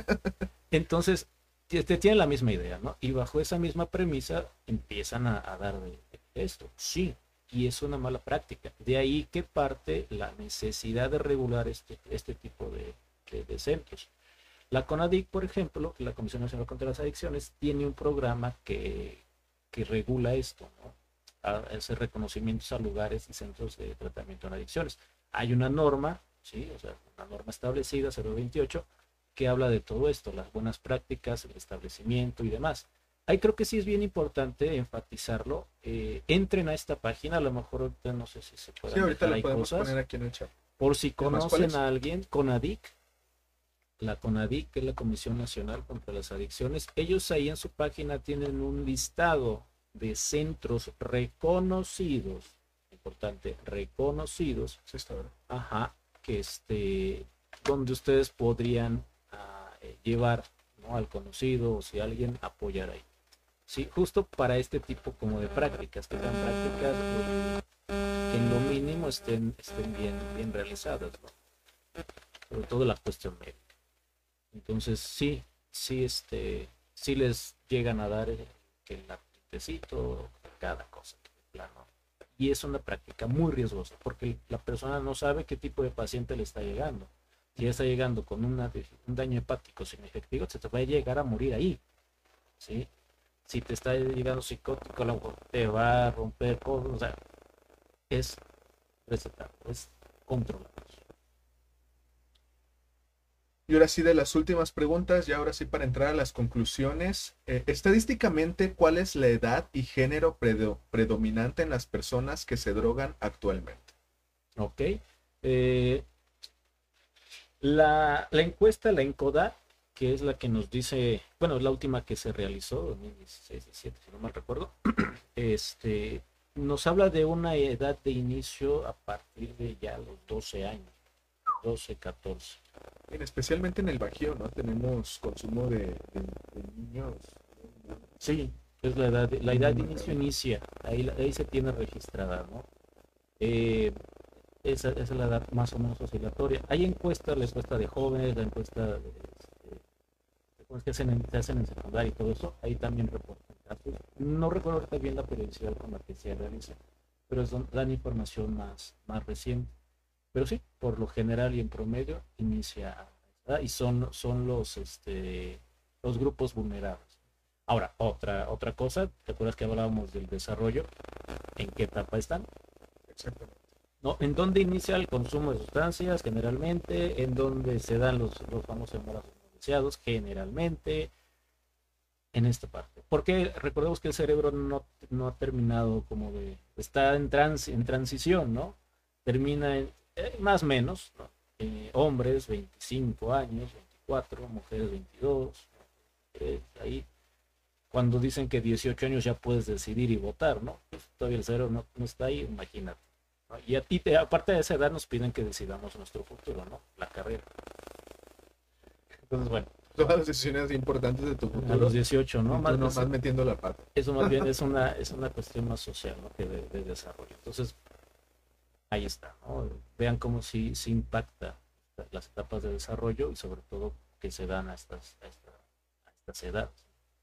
Entonces, te, te tienen la misma idea, ¿no? Y bajo esa misma premisa empiezan a, a dar de, de esto. Sí, y es una mala práctica. De ahí que parte la necesidad de regular este, este tipo de, de, de centros. La CONADIC, por ejemplo, la Comisión Nacional contra las Adicciones, tiene un programa que, que regula esto, ¿no? A- hacer reconocimientos a lugares y centros de tratamiento en adicciones. Hay una norma, ¿sí? O sea, una norma establecida, cero veintiocho, que habla de todo esto, las buenas prácticas, el establecimiento y demás. Ahí creo que sí es bien importante enfatizarlo. Eh, entren a esta página, a lo mejor ahorita no sé si se Sí, pueden ahorita dejar lo ahí podemos cosas, poner aquí en el chat. por si Además, ¿cuál conocen es? a alguien, CONADIC, la CONADIC, que es la Comisión Nacional contra las Adicciones, ellos ahí en su página tienen un listado de centros reconocidos, importante, reconocidos, Sí, está bien. ajá, que este, donde ustedes podrían ah, eh, llevar, ¿no? Al conocido o si alguien apoyar ahí. Sí, justo para este tipo como de prácticas, que sean prácticas pues, que en lo mínimo estén, estén bien, bien realizadas, ¿no? Sobre todo la cuestión médica. Entonces sí, sí, este, sí les llegan a dar eh, que el apetecito, cada cosa, de plano. Y es una práctica muy riesgosa porque la persona no sabe qué tipo de paciente le está llegando. Si ya está llegando con una, un daño hepático significativo, se te va a llegar a morir ahí, ¿sí? Si te está llegando psicótico, a lo mejor te va a romper cosas, o sea, es recetado, es controlado. Y ahora sí, de las últimas preguntas, y ahora sí para entrar a las conclusiones. Eh, estadísticamente, ¿cuál es la edad y género predo- predominante en las personas que se drogan actualmente? Ok. Eh, la, la encuesta, la ENCODA, que es la que nos dice, bueno, es la última que se realizó, dos mil dieciséis diecisiete, si no mal recuerdo, este, nos habla de una edad de inicio a partir de ya los doce años, doce catorce. Bien, especialmente en el Bajío, ¿no? Tenemos consumo de, de- de niños. Sí, es la edad, de, la edad de Muy inicio marcada. inicia, ahí, ahí se tiene registrada, ¿no? Eh, esa, esa es la edad más o menos oscilatoria. Hay encuestas, la encuesta de jóvenes, la encuesta de, este, que hacen en, se hacen en secundaria y todo eso, ahí también reportan casos. No recuerdo ahorita bien la periodicidad con la que se realiza, pero es donde dan información más, más reciente. Pero sí, por lo general y en promedio inicia a esa edad y son, son los, este, los grupos vulnerables. Ahora, otra, otra cosa, ¿te acuerdas que hablábamos del desarrollo? ¿En qué etapa están? Exactamente. ¿No? ¿En dónde inicia el consumo de sustancias generalmente? ¿En dónde se dan los, los famosos embarazos no deseados generalmente? En esta parte. Porque recordemos que el cerebro no, no ha terminado como de... Está en, trans, en transición, ¿no? Termina en eh, más o menos, ¿no? Eh, hombres veinticinco años, veinticuatro, mujeres veintidós, eh, ahí cuando dicen que dieciocho años ya puedes decidir y votar, ¿no? Pues todavía el cerebro no, no está ahí, imagínate. ¿No? Y a ti, te, aparte de esa edad, nos piden que decidamos nuestro futuro, ¿no? La carrera. Entonces, bueno, Todas las decisiones importantes de tu a los futuro dieciocho, ¿no? y tú Más, nomás metiendo la pata. eso más bien es una, es una cuestión más social, ¿no? Que de, de desarrollo. Entonces, ahí está, ¿no? Vean cómo sí, sí impacta las etapas de desarrollo y sobre todo que se dan a estas, a esta- a estas edades.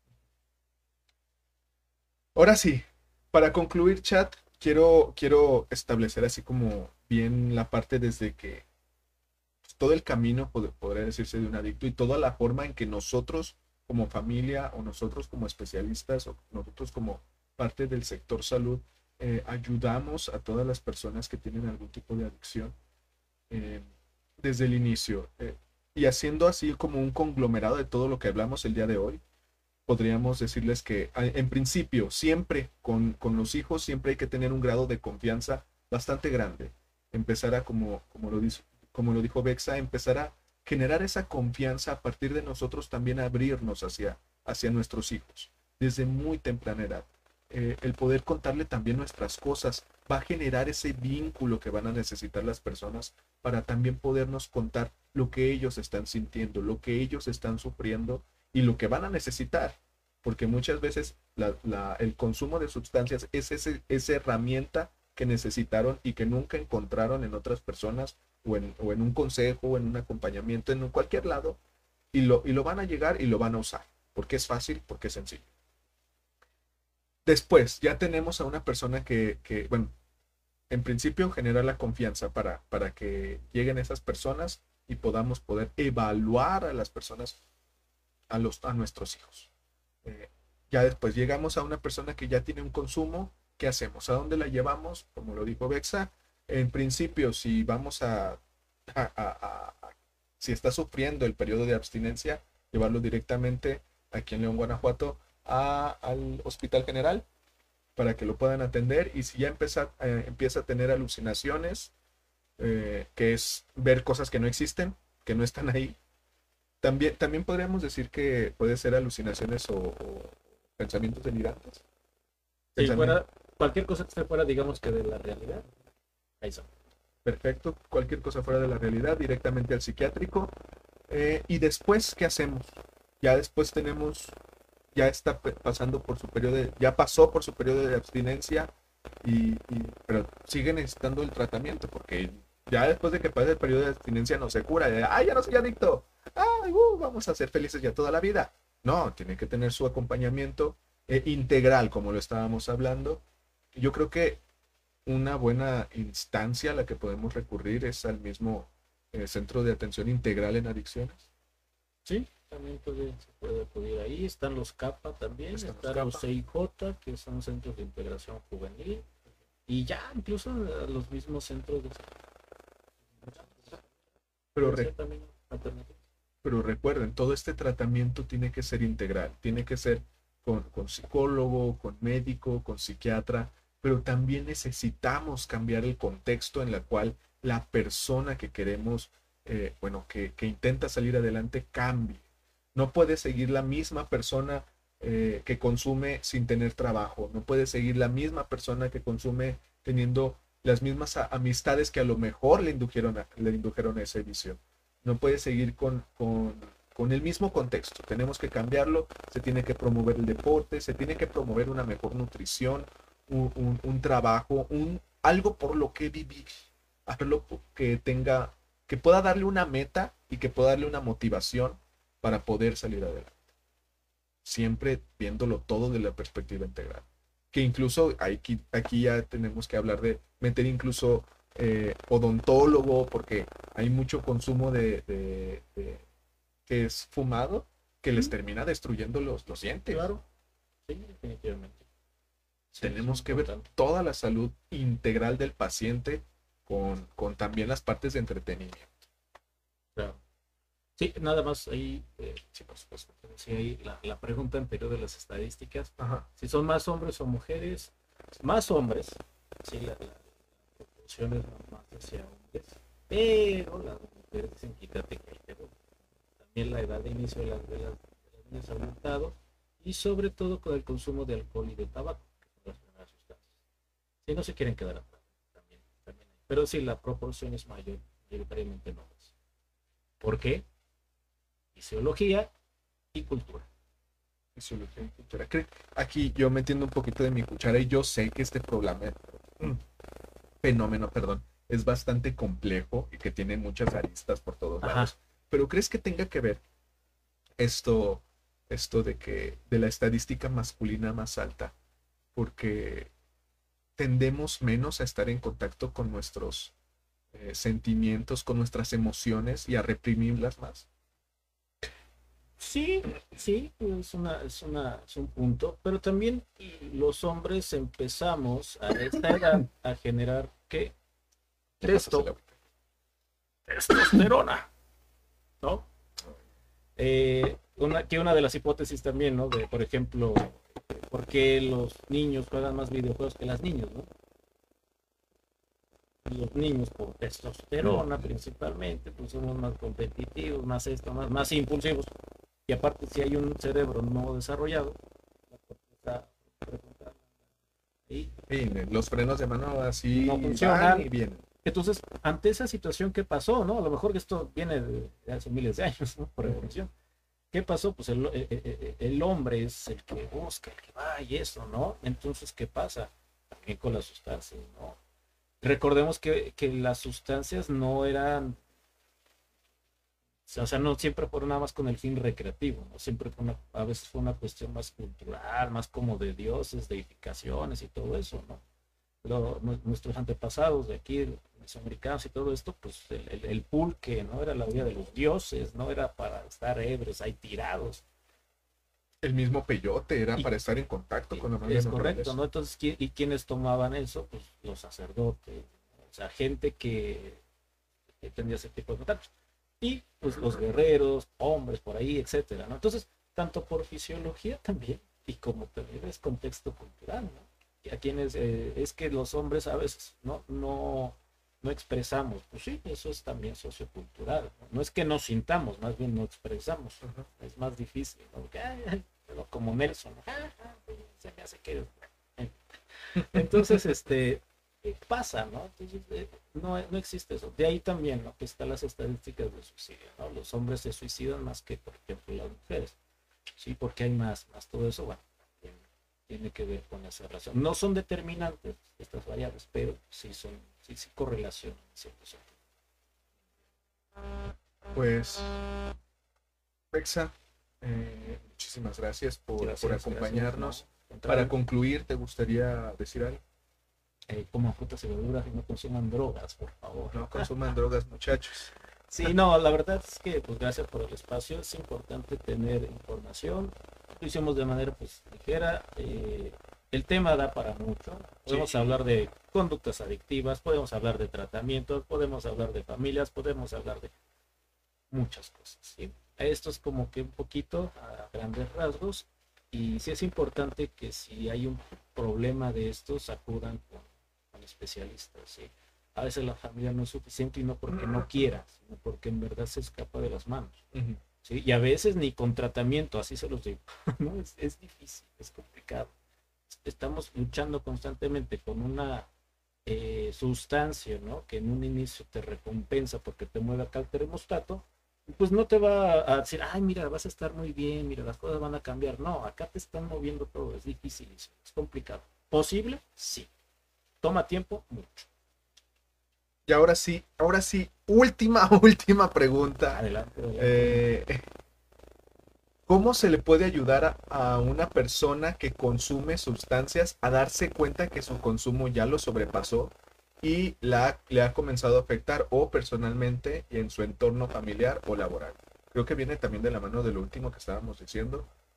Ahora sí, para concluir, chat, quiero, quiero establecer así como bien la parte desde que pues, todo el camino, pod- podría decirse, de un adicto y toda la forma en que nosotros como familia o nosotros como especialistas o nosotros como parte del sector salud eh, ayudamos a todas las personas que tienen algún tipo de adicción eh, desde el inicio. Eh, y haciendo así como un conglomerado de todo lo que hablamos el día de hoy, podríamos decirles que a- en principio, siempre con, con los hijos, siempre hay que tener un grado de confianza bastante grande. Empezar a, como, como, lo, dice, como lo dijo Bexa, empezar a generar esa confianza a partir de nosotros también abrirnos hacia, hacia nuestros hijos desde muy temprana edad. Eh, el poder contarle también nuestras cosas va a generar ese vínculo que van a necesitar las personas para también podernos contar lo que ellos están sintiendo, lo que ellos están sufriendo y lo que van a necesitar. Porque muchas veces la, la, el consumo de sustancias es ese, esa herramienta que necesitaron y que nunca encontraron en otras personas o en, o en un consejo o en un acompañamiento, en cualquier lado, y lo, y lo van a llegar y lo van a usar. Porque es fácil, porque es sencillo. Después, ya tenemos a una persona que, que bueno, en principio generar la confianza para, para que lleguen esas personas y podamos poder evaluar a las personas, a, los, a nuestros hijos. Eh, ya después llegamos a una persona que ya tiene un consumo, ¿qué hacemos? ¿A dónde la llevamos? Como lo dijo Bexa, en principio, si vamos a, a, a, a, a si está sufriendo el periodo de abstinencia, llevarlo directamente aquí en León, Guanajuato, a, al Hospital General para que lo puedan atender y si ya empieza, eh, empieza a tener alucinaciones, eh, que es ver cosas que no existen, que no están ahí, también, también podríamos decir que puede ser alucinaciones o, o pensamientos delirantes. Si Pensamiento fuera cualquier cosa que esté fuera, digamos que de la realidad, ahí son. perfecto, cualquier cosa fuera de la realidad, directamente al psiquiátrico. Eh, y después, ¿qué hacemos? Ya después tenemos, ya está pasando por su periodo, de, ya pasó por su periodo de abstinencia, y, y, pero sigue necesitando el tratamiento, porque ya después de que pase el periodo de abstinencia no se cura. De, ah, ya no soy adicto. Ay, uh, vamos a ser felices ya toda la vida. No, tiene que tener su acompañamiento eh, integral, como lo estábamos hablando. Yo creo que una buena instancia a la que podemos recurrir es al mismo eh, Centro de Atención Integral en Adicciones. Sí, también puede, se puede acudir ahí. Están los CAPA también, Están los están los CAPA. C I J, que son centros de integración juvenil, y ya incluso eh, los mismos centros de Pero, puede re- ser también alternativos. pero recuerden, todo este tratamiento tiene que ser integral, tiene que ser con, con psicólogo, con médico, con psiquiatra, pero también necesitamos cambiar el contexto en el cual la persona que queremos, eh, bueno, que, que intenta salir adelante cambie. No puede seguir la misma persona eh, que consume sin tener trabajo, no puede seguir la misma persona que consume teniendo las mismas a- amistades que a lo mejor le indujeron a, le indujeron a esa visión. No puede seguir con, con, con el mismo contexto. Tenemos que cambiarlo, se tiene que promover el deporte, se tiene que promover una mejor nutrición, un, un, un trabajo, un, algo por lo que vivir, algo que tenga, que pueda darle una meta y que pueda darle una motivación para poder salir adelante. Siempre viéndolo todo de la perspectiva integral. Que incluso aquí, aquí ya tenemos que hablar de meter incluso eh, odontólogo, porque hay mucho consumo de, de, de que es fumado que les ¿Mm? termina destruyendo los, los dientes. Claro, Sí, definitivamente. Sí, es Tenemos que ver importante. toda la salud integral del paciente con, con también las partes de entretenimiento. Claro. Sí, nada más ahí, eh, sí, por supuesto. Sí, ahí la, la pregunta anterior de las estadísticas, Ajá. si son más hombres o mujeres, más hombres, sí, la, la, la proporción es más hacia hombres, pero las mujeres dicen quítate que ahí te voy. También la edad de inicio de las, de las, de las niñas ha aumentado y sobre todo con el consumo de alcohol y de tabaco, que son las primeras sustancias. Si no se quieren quedar atrás, también, también hay. Pero sí, la proporción es mayor, mayoritariamente en hombres. ¿Por qué? Fisiología y cultura. Fisiología y cultura. Cre- Aquí yo metiendo un poquito de mi cuchara y yo sé que este problema, mm, fenómeno, perdón, es bastante complejo y que tiene muchas aristas por todos Ajá. lados. Pero ¿crees que tenga que ver esto, esto de que de la estadística masculina más alta? Porque tendemos menos a estar en contacto con nuestros eh, sentimientos, con nuestras emociones y a reprimirlas más. Sí, sí, es, una, es, una, es un punto, pero también los hombres empezamos a esta edad a generar ¿qué? ¿Qué pasa, Testo, Cela? testosterona, ¿no? Eh, una, que una de las hipótesis también, ¿no? De, por ejemplo, ¿por qué los niños juegan más videojuegos que las niñas, ¿no? Los niños por testosterona principalmente, pues somos más competitivos, más esto, más, más impulsivos. Y aparte, si hay un cerebro no desarrollado, está y Sí, los frenos de mano no así van y funcionan. vienen. Entonces, ante esa situación, ¿qué pasó? ¿No? A lo mejor que esto viene de, de hace miles de años, ¿no? Por evolución. ¿Qué pasó? Pues el, el, el, el, hombre es el que busca, el que va y eso, ¿no? Entonces, ¿qué pasa? También con las sustancias, ¿no? Recordemos que, que las sustancias no eran, o sea, no siempre fueron nada más con el fin recreativo, ¿no? Siempre fue una, a veces fue una cuestión más cultural, más como de dioses, deificaciones y todo eso, ¿no? Pero nuestros antepasados de aquí, los americanos y todo esto, pues el, el, el pulque, ¿no? Era la vida de los dioses, no era para estar ebrios ahí tirados. El mismo peyote era Y, para estar en contacto y con la madre es correcto, naturaleza. ¿no? Entonces, ¿y quiénes tomaban eso? Pues los sacerdotes, ¿no? O sea, gente que, que tenía ese tipo de contactos. Y pues los guerreros, hombres por ahí, etcétera, ¿no? Entonces, tanto por fisiología también, y como también es contexto cultural, ¿no? Y a quienes eh, es que los hombres a veces no, no, no expresamos, pues sí, eso es también sociocultural, ¿no? No es que no sintamos, más bien no expresamos, Ajá. es más difícil, ¿no? Porque, ay, ay, pero como Nelson, ¿no? Se me hace que... Entonces, este, pasa, ¿no? Entonces, eh, no, no existe eso. De ahí también, ¿no? Que están las estadísticas de suicidio, ¿no? Los hombres se suicidan más que, por ejemplo, las mujeres. Sí, porque hay más, más todo eso, bueno, tiene, tiene que ver con esa relación. No son determinantes estas variables, pero sí son, sí, sí correlacionan en cierto sentido. Pues, Pexa, eh, muchísimas gracias por, por Gracias, gracias, ¿no? acompañarnos. Para Contrario, concluir, ¿te gustaría decir algo? eh, coman frutas y verduras y no consuman drogas, por favor. No consuman drogas, muchachos. Sí, no, la verdad es que, pues gracias por el espacio. Es importante tener información. Lo hicimos de manera pues ligera. Eh, el tema da para mucho. Podemos Sí. hablar de conductas adictivas, podemos hablar de tratamientos, podemos hablar de familias, podemos hablar de muchas cosas. ¿Sí? Esto es como que un poquito a grandes rasgos. Y sí es importante que si hay un problema de estos, acudan con, con especialistas. ¿Sí? A veces la familia no es suficiente y no porque no quiera, sino porque en verdad se escapa de las manos. Ujú. ¿Sí? Y a veces ni con tratamiento, así se los digo. ¿No? Es, es difícil, es complicado. Estamos luchando constantemente con una eh, sustancia, ¿no? Que en un inicio te recompensa porque te mueve acá el termostato, pues no te va a decir, ay, mira, vas a estar muy bien, mira, las cosas van a cambiar. No, acá te están moviendo todo, es difícil, es complicado. ¿Posible? Sí. ¿Toma tiempo? Mucho. Y ahora sí, ahora sí, última, última pregunta. Adelante, adelante. Eh, ¿Cómo se le puede ayudar a, a una persona que consume sustancias a darse cuenta que su consumo ya lo sobrepasó y la, le ha comenzado a afectar o personalmente en su entorno familiar o laboral? Creo que viene también de la mano de lo último que estábamos diciendo.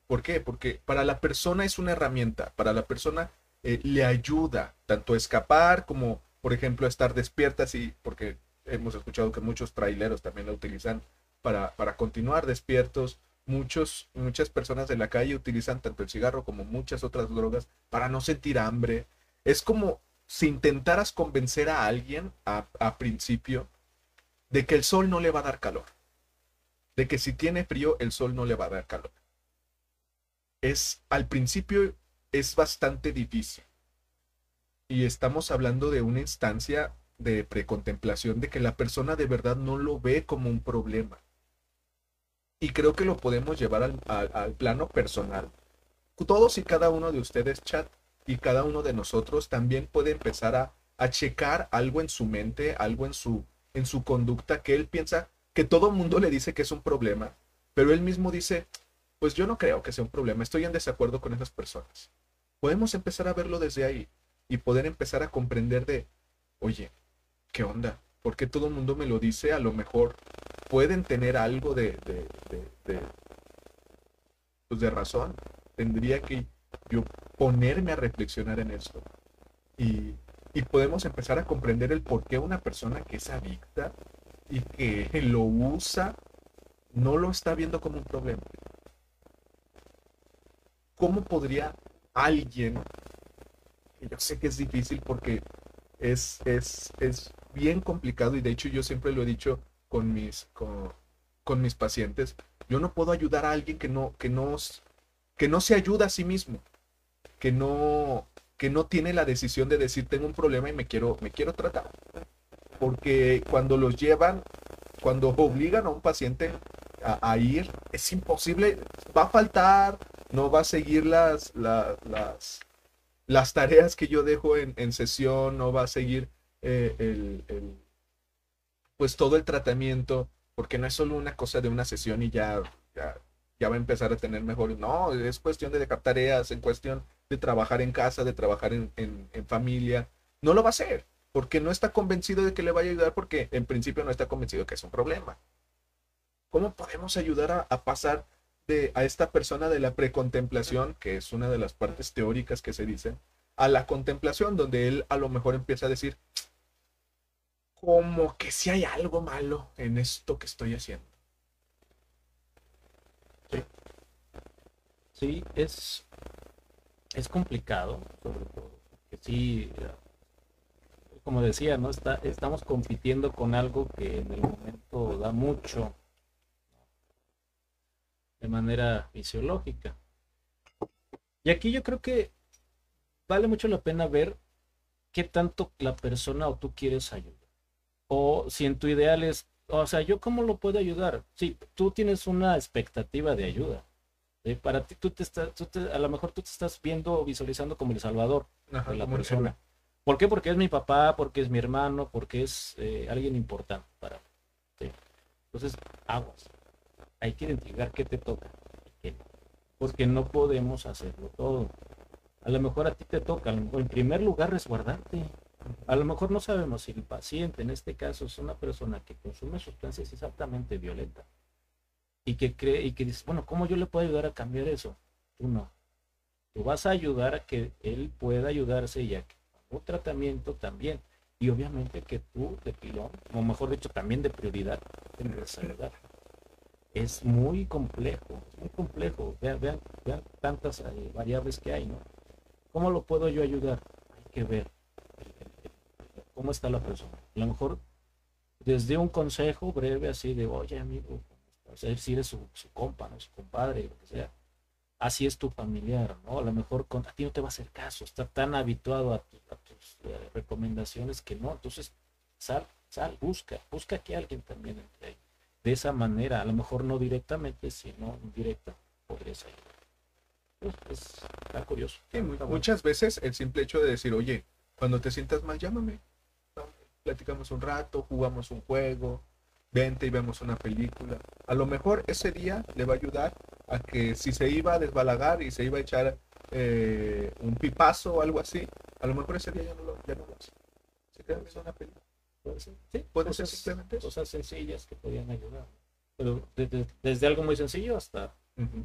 ¿Por qué? Porque para la persona es una herramienta, para la persona eh, le ayuda tanto a escapar como, por ejemplo, a estar despierta, sí, porque hemos escuchado que muchos traileros también la utilizan para, para continuar despiertos. Muchos, muchas personas de la calle utilizan tanto el cigarro como muchas otras drogas para no sentir hambre. Es como si intentaras convencer a alguien a, a principio de que el sol no le va a dar calor, de que si tiene frío el sol no le va a dar calor. Es al principio es bastante difícil y estamos hablando de una instancia de precontemplación de que la persona de verdad no lo ve como un problema. Y creo que lo podemos llevar al, al, al plano personal. Todos y cada uno de ustedes, chat, y cada uno de nosotros también puede empezar a, a checar algo en su mente, algo en su, en su conducta que él piensa que todo el mundo le dice que es un problema, pero él mismo dice, pues yo no creo que sea un problema, estoy en desacuerdo con esas personas. Podemos empezar a verlo desde ahí y poder empezar a comprender de, oye, ¿qué onda? ¿Por qué todo el mundo me lo dice? A lo mejor pueden tener algo de, de, de, de, pues de razón. Tendría que yo ponerme a reflexionar en esto. Y, y podemos empezar a comprender el por qué una persona que es adicta y que lo usa no lo está viendo como un problema. ¿Cómo podría alguien, que yo sé que es difícil porque es, es, es bien complicado y de hecho yo siempre lo he dicho con mis, con, con mis pacientes, yo no puedo ayudar a alguien que no, que no, que no se ayuda a sí mismo, que no, que no tiene la decisión de decir tengo un problema y me quiero, me quiero tratar. Porque cuando los llevan, cuando obligan a un paciente a, a ir, es imposible, va a faltar, no va a seguir las, la, las, las tareas que yo dejo en, en sesión, no va a seguir eh, el, el, pues todo el tratamiento, porque no es solo una cosa de una sesión y ya, ya, ya va a empezar a tener mejores, no, es cuestión de dejar tareas, en cuestión de trabajar en casa, de trabajar en, en, en familia, no lo va a hacer, porque no está convencido de que le vaya a ayudar, porque en principio no está convencido de que es un problema. ¿Cómo podemos ayudar a, a pasar de, a esta persona de la precontemplación, que es una de las partes teóricas que se dicen, a la contemplación, donde él a lo mejor empieza a decir, como que si hay algo malo en esto que estoy haciendo? Sí, sí es, es complicado, sobre todo, porque sí, como decía, ¿no? Está, estamos compitiendo con algo que en el momento da mucho de manera fisiológica. Y aquí yo creo que vale mucho la pena ver qué tanto la persona o tú quieres ayudar. O si en tu ideal es, o sea, ¿yo cómo lo puedo ayudar? Sí, tú tienes una expectativa de ayuda. ¿Sí? Para ti, tú te estás, tú te, a lo mejor tú te estás viendo o visualizando como el salvador Ajá, de la como un persona. héroe. ¿Por qué? Porque es mi papá, porque es mi hermano, porque es eh, alguien importante para mí. ¿Sí? Entonces, aguas. Hay que identificar qué te toca y qué no. Porque no podemos hacerlo todo. A lo mejor a ti te toca, a lo mejor en primer lugar resguardarte. A lo mejor no sabemos si el paciente, en este caso, es una persona que consume sustancias exactamente violentas y que cree y que dices, bueno, ¿cómo yo le puedo ayudar a cambiar eso? Tú no. Tú vas a ayudar a que él pueda ayudarse y a que un tratamiento también. Y obviamente que tú, de pilón, o mejor dicho, también de prioridad, tendrás que ayudar. Es muy complejo, es muy complejo. Vean, vean, vean tantas eh, variables que hay, ¿no? ¿Cómo lo puedo yo ayudar? Hay que ver cómo está la persona. A lo mejor desde un consejo breve así de, oye amigo, o sea, si eres su, su compa, ¿no? Su compadre, lo que sea, así es tu familiar, ¿no? A lo mejor con, a ti no te va a hacer caso, está tan habituado a, tu, a tus eh, recomendaciones que no, entonces sal, sal, busca, busca que alguien también entre ahí. De esa manera, a lo mejor no directamente, sino indirecta, podrías ayudar. Pues, pues, está curioso. Sí, Está, está bueno. muchas veces el simple hecho de decir, oye, cuando te sientas mal, llámame. Platicamos un rato, jugamos un juego, vente y vemos una película. A lo mejor ese día le va a ayudar a que si se iba a desbalagar y se iba a echar eh, un pipazo o algo así, a lo mejor ese día ya no lo, ya no lo hace. Se queda viendo una película. Puede ser, sí, Puede ser cosas, simplemente eso. cosas sencillas que podían ayudar. Pero desde, desde algo muy sencillo hasta Ujú.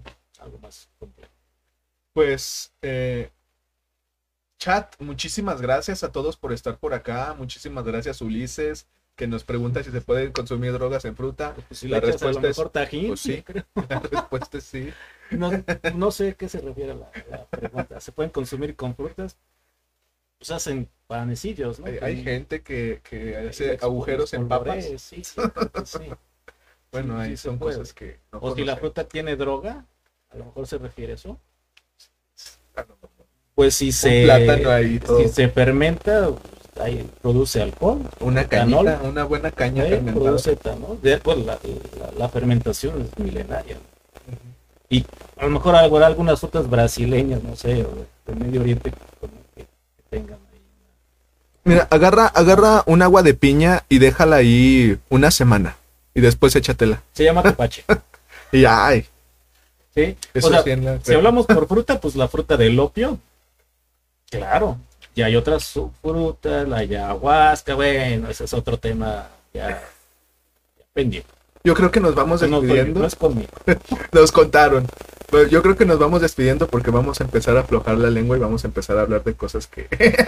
algo más complejo. Pues, eh, chat, muchísimas gracias a todos por estar por acá. Muchísimas gracias, Ulises, que nos pregunta si se pueden consumir drogas en fruta. Pues si la le echas a lo respuesta es, mejor tajín, pues sí, creo. la respuesta es sí. No, no sé a qué se refiere la, la pregunta. ¿Se pueden consumir con frutas? Pues hacen panecillos, ¿no? Hay, Con- hay gente que, que hace les- agujeros les en papas. polvorees, Sí, sí, creo que sí. Bueno, Sí, ahí sí se son puede. cosas que no O si la conocemos. fruta tiene droga, a lo mejor se refiere a eso. Ah, no, no, no. Pues si se, plátano ahí, todo. si se fermenta, pues, ahí produce alcohol. Una etanol, cañita, una buena caña ¿eh? fermentada. Produce etanol. De- bueno, la, la- la fermentación es milenaria. ¿no? Y a lo mejor habrá algunas frutas brasileñas, no sé, o del Medio Oriente con que, que tengan ahí. Mira, agarra, agarra un agua de piña y déjala ahí una semana. Y después échatela. Se llama tepache. Y ya, ay. ¿Sí? Eso O sea, sí en la- si hablamos por fruta, pues la fruta del opio. Claro. Y hay otras subfrutas, la ayahuasca, bueno, ese es otro tema ya, ya pendiente. Yo creo que nos vamos No, no, despidiendo. no es conmigo. Nos contaron. Pero yo creo que nos vamos despidiendo porque vamos a empezar a aflojar la lengua y vamos a empezar a hablar de cosas que,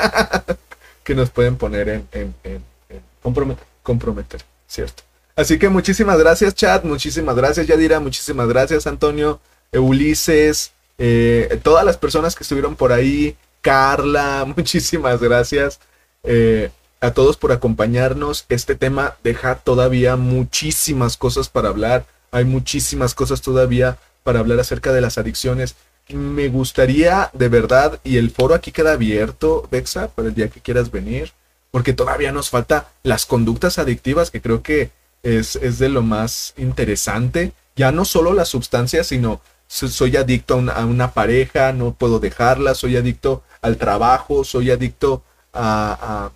que nos pueden poner en, en- en- en Comprometo. comprometer, ¿cierto? Así que muchísimas gracias, chat. Muchísimas gracias, Yadira. Muchísimas gracias, Antonio, eh, Ulises, eh, todas las personas que estuvieron por ahí. Carla, muchísimas gracias eh, a todos por acompañarnos. Este tema deja todavía muchísimas cosas para hablar. Hay muchísimas cosas todavía para hablar acerca de las adicciones. Me gustaría, de verdad, y el foro aquí queda abierto, Bexa, para el día que quieras venir, porque todavía nos falta las conductas adictivas, que creo que es, es de lo más interesante. Ya no solo las sustancias, sino so- soy adicto a una, a una pareja, no puedo dejarla, soy adicto al trabajo, soy adicto a, a-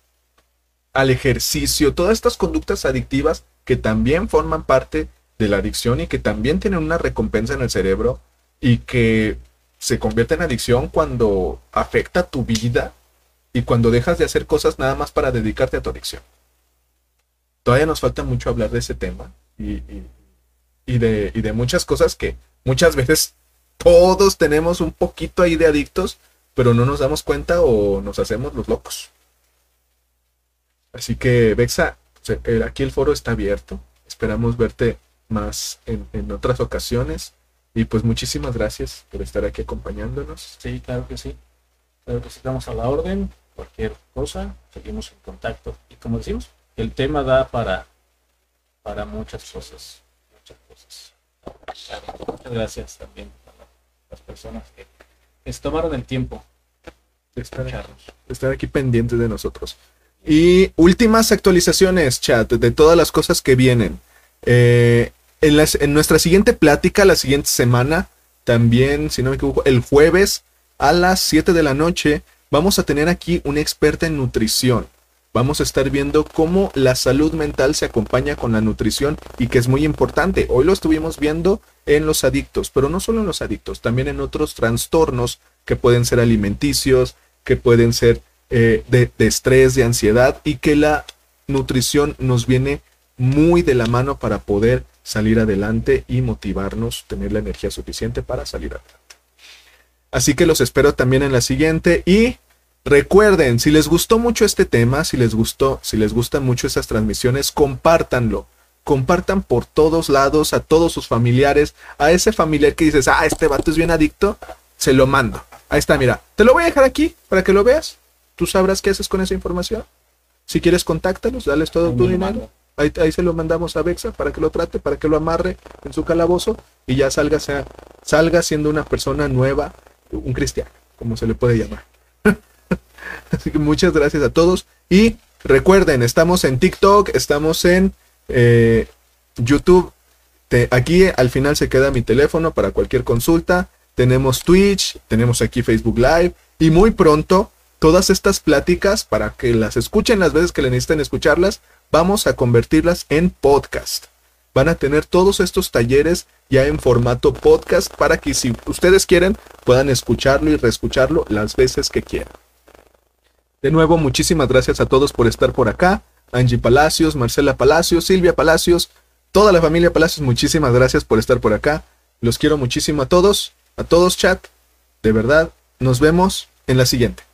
al ejercicio, todas estas conductas adictivas que también forman parte de la adicción y que también tienen una recompensa en el cerebro y que se convierte en adicción cuando afecta tu vida y cuando dejas de hacer cosas nada más para dedicarte a tu adicción. Todavía nos falta mucho hablar de ese tema y, y- y de, y de muchas cosas que muchas veces todos tenemos un poquito ahí de adictos, pero no nos damos cuenta o nos hacemos los locos. Así que, Bexa, se- eh, aquí el foro está abierto. Esperamos verte más en, en otras ocasiones. Y pues muchísimas gracias por estar aquí acompañándonos. Sí, claro que sí. Claro que sí, estamos a la orden. Cualquier cosa, seguimos en contacto. Y como decimos, el tema da para, para muchas cosas. Muchas cosas. Muchas gracias también a las personas que se tomaron el tiempo de Estar, escucharnos. estar aquí pendientes de nosotros. Y últimas actualizaciones, chat, de todas las cosas que vienen. Eh, en, las- en nuestra siguiente plática, la siguiente semana, también, si no me equivoco, el jueves a las siete de la noche, vamos a tener aquí una experta en nutrición. Vamos a estar viendo cómo la salud mental se acompaña con la nutrición y que es muy importante. Hoy lo estuvimos viendo en los adictos, pero no solo en los adictos, también en otros trastornos que pueden ser alimenticios, que pueden ser eh, de, de estrés, de ansiedad, y que la nutrición nos viene muy de la mano para poder salir adelante y motivarnos, tener la energía suficiente para salir adelante. Así que los espero también en la siguiente y recuerden, si les gustó mucho este tema, si les gustó, si les gustan mucho estas transmisiones, compártanlo. Compartan por todos lados, a todos sus familiares, a ese familiar que dices, ah, este vato es bien adicto, se lo mando. Ahí está, mira, te lo voy a dejar aquí para que lo veas. Tú sabrás qué haces con esa información. Si quieres, contáctalos, dales todo Ahí tu me lo dinero. mando. Ahí, ahí se lo mandamos a Bexa para que lo trate, para que lo amarre en su calabozo y ya salga, sea, salga siendo una persona nueva, un cristiano, como se le puede llamar. Así que muchas gracias a todos. Y recuerden, estamos en TikTok, estamos en eh, YouTube. Te- aquí al final se queda mi teléfono para cualquier consulta. Tenemos Twitch, tenemos aquí Facebook Live. Y muy pronto, todas estas pláticas, para que las escuchen las veces que le necesiten escucharlas, vamos a convertirlas en podcast. Van a tener todos estos talleres ya en formato podcast para que si ustedes quieren puedan escucharlo y reescucharlo las veces que quieran. De nuevo, muchísimas gracias a todos por estar por acá. Angie Palacios, Marcela Palacios, Silvia Palacios, toda la familia Palacios, muchísimas gracias por estar por acá. Los quiero muchísimo a todos, a todos chat. De verdad, nos vemos en la siguiente.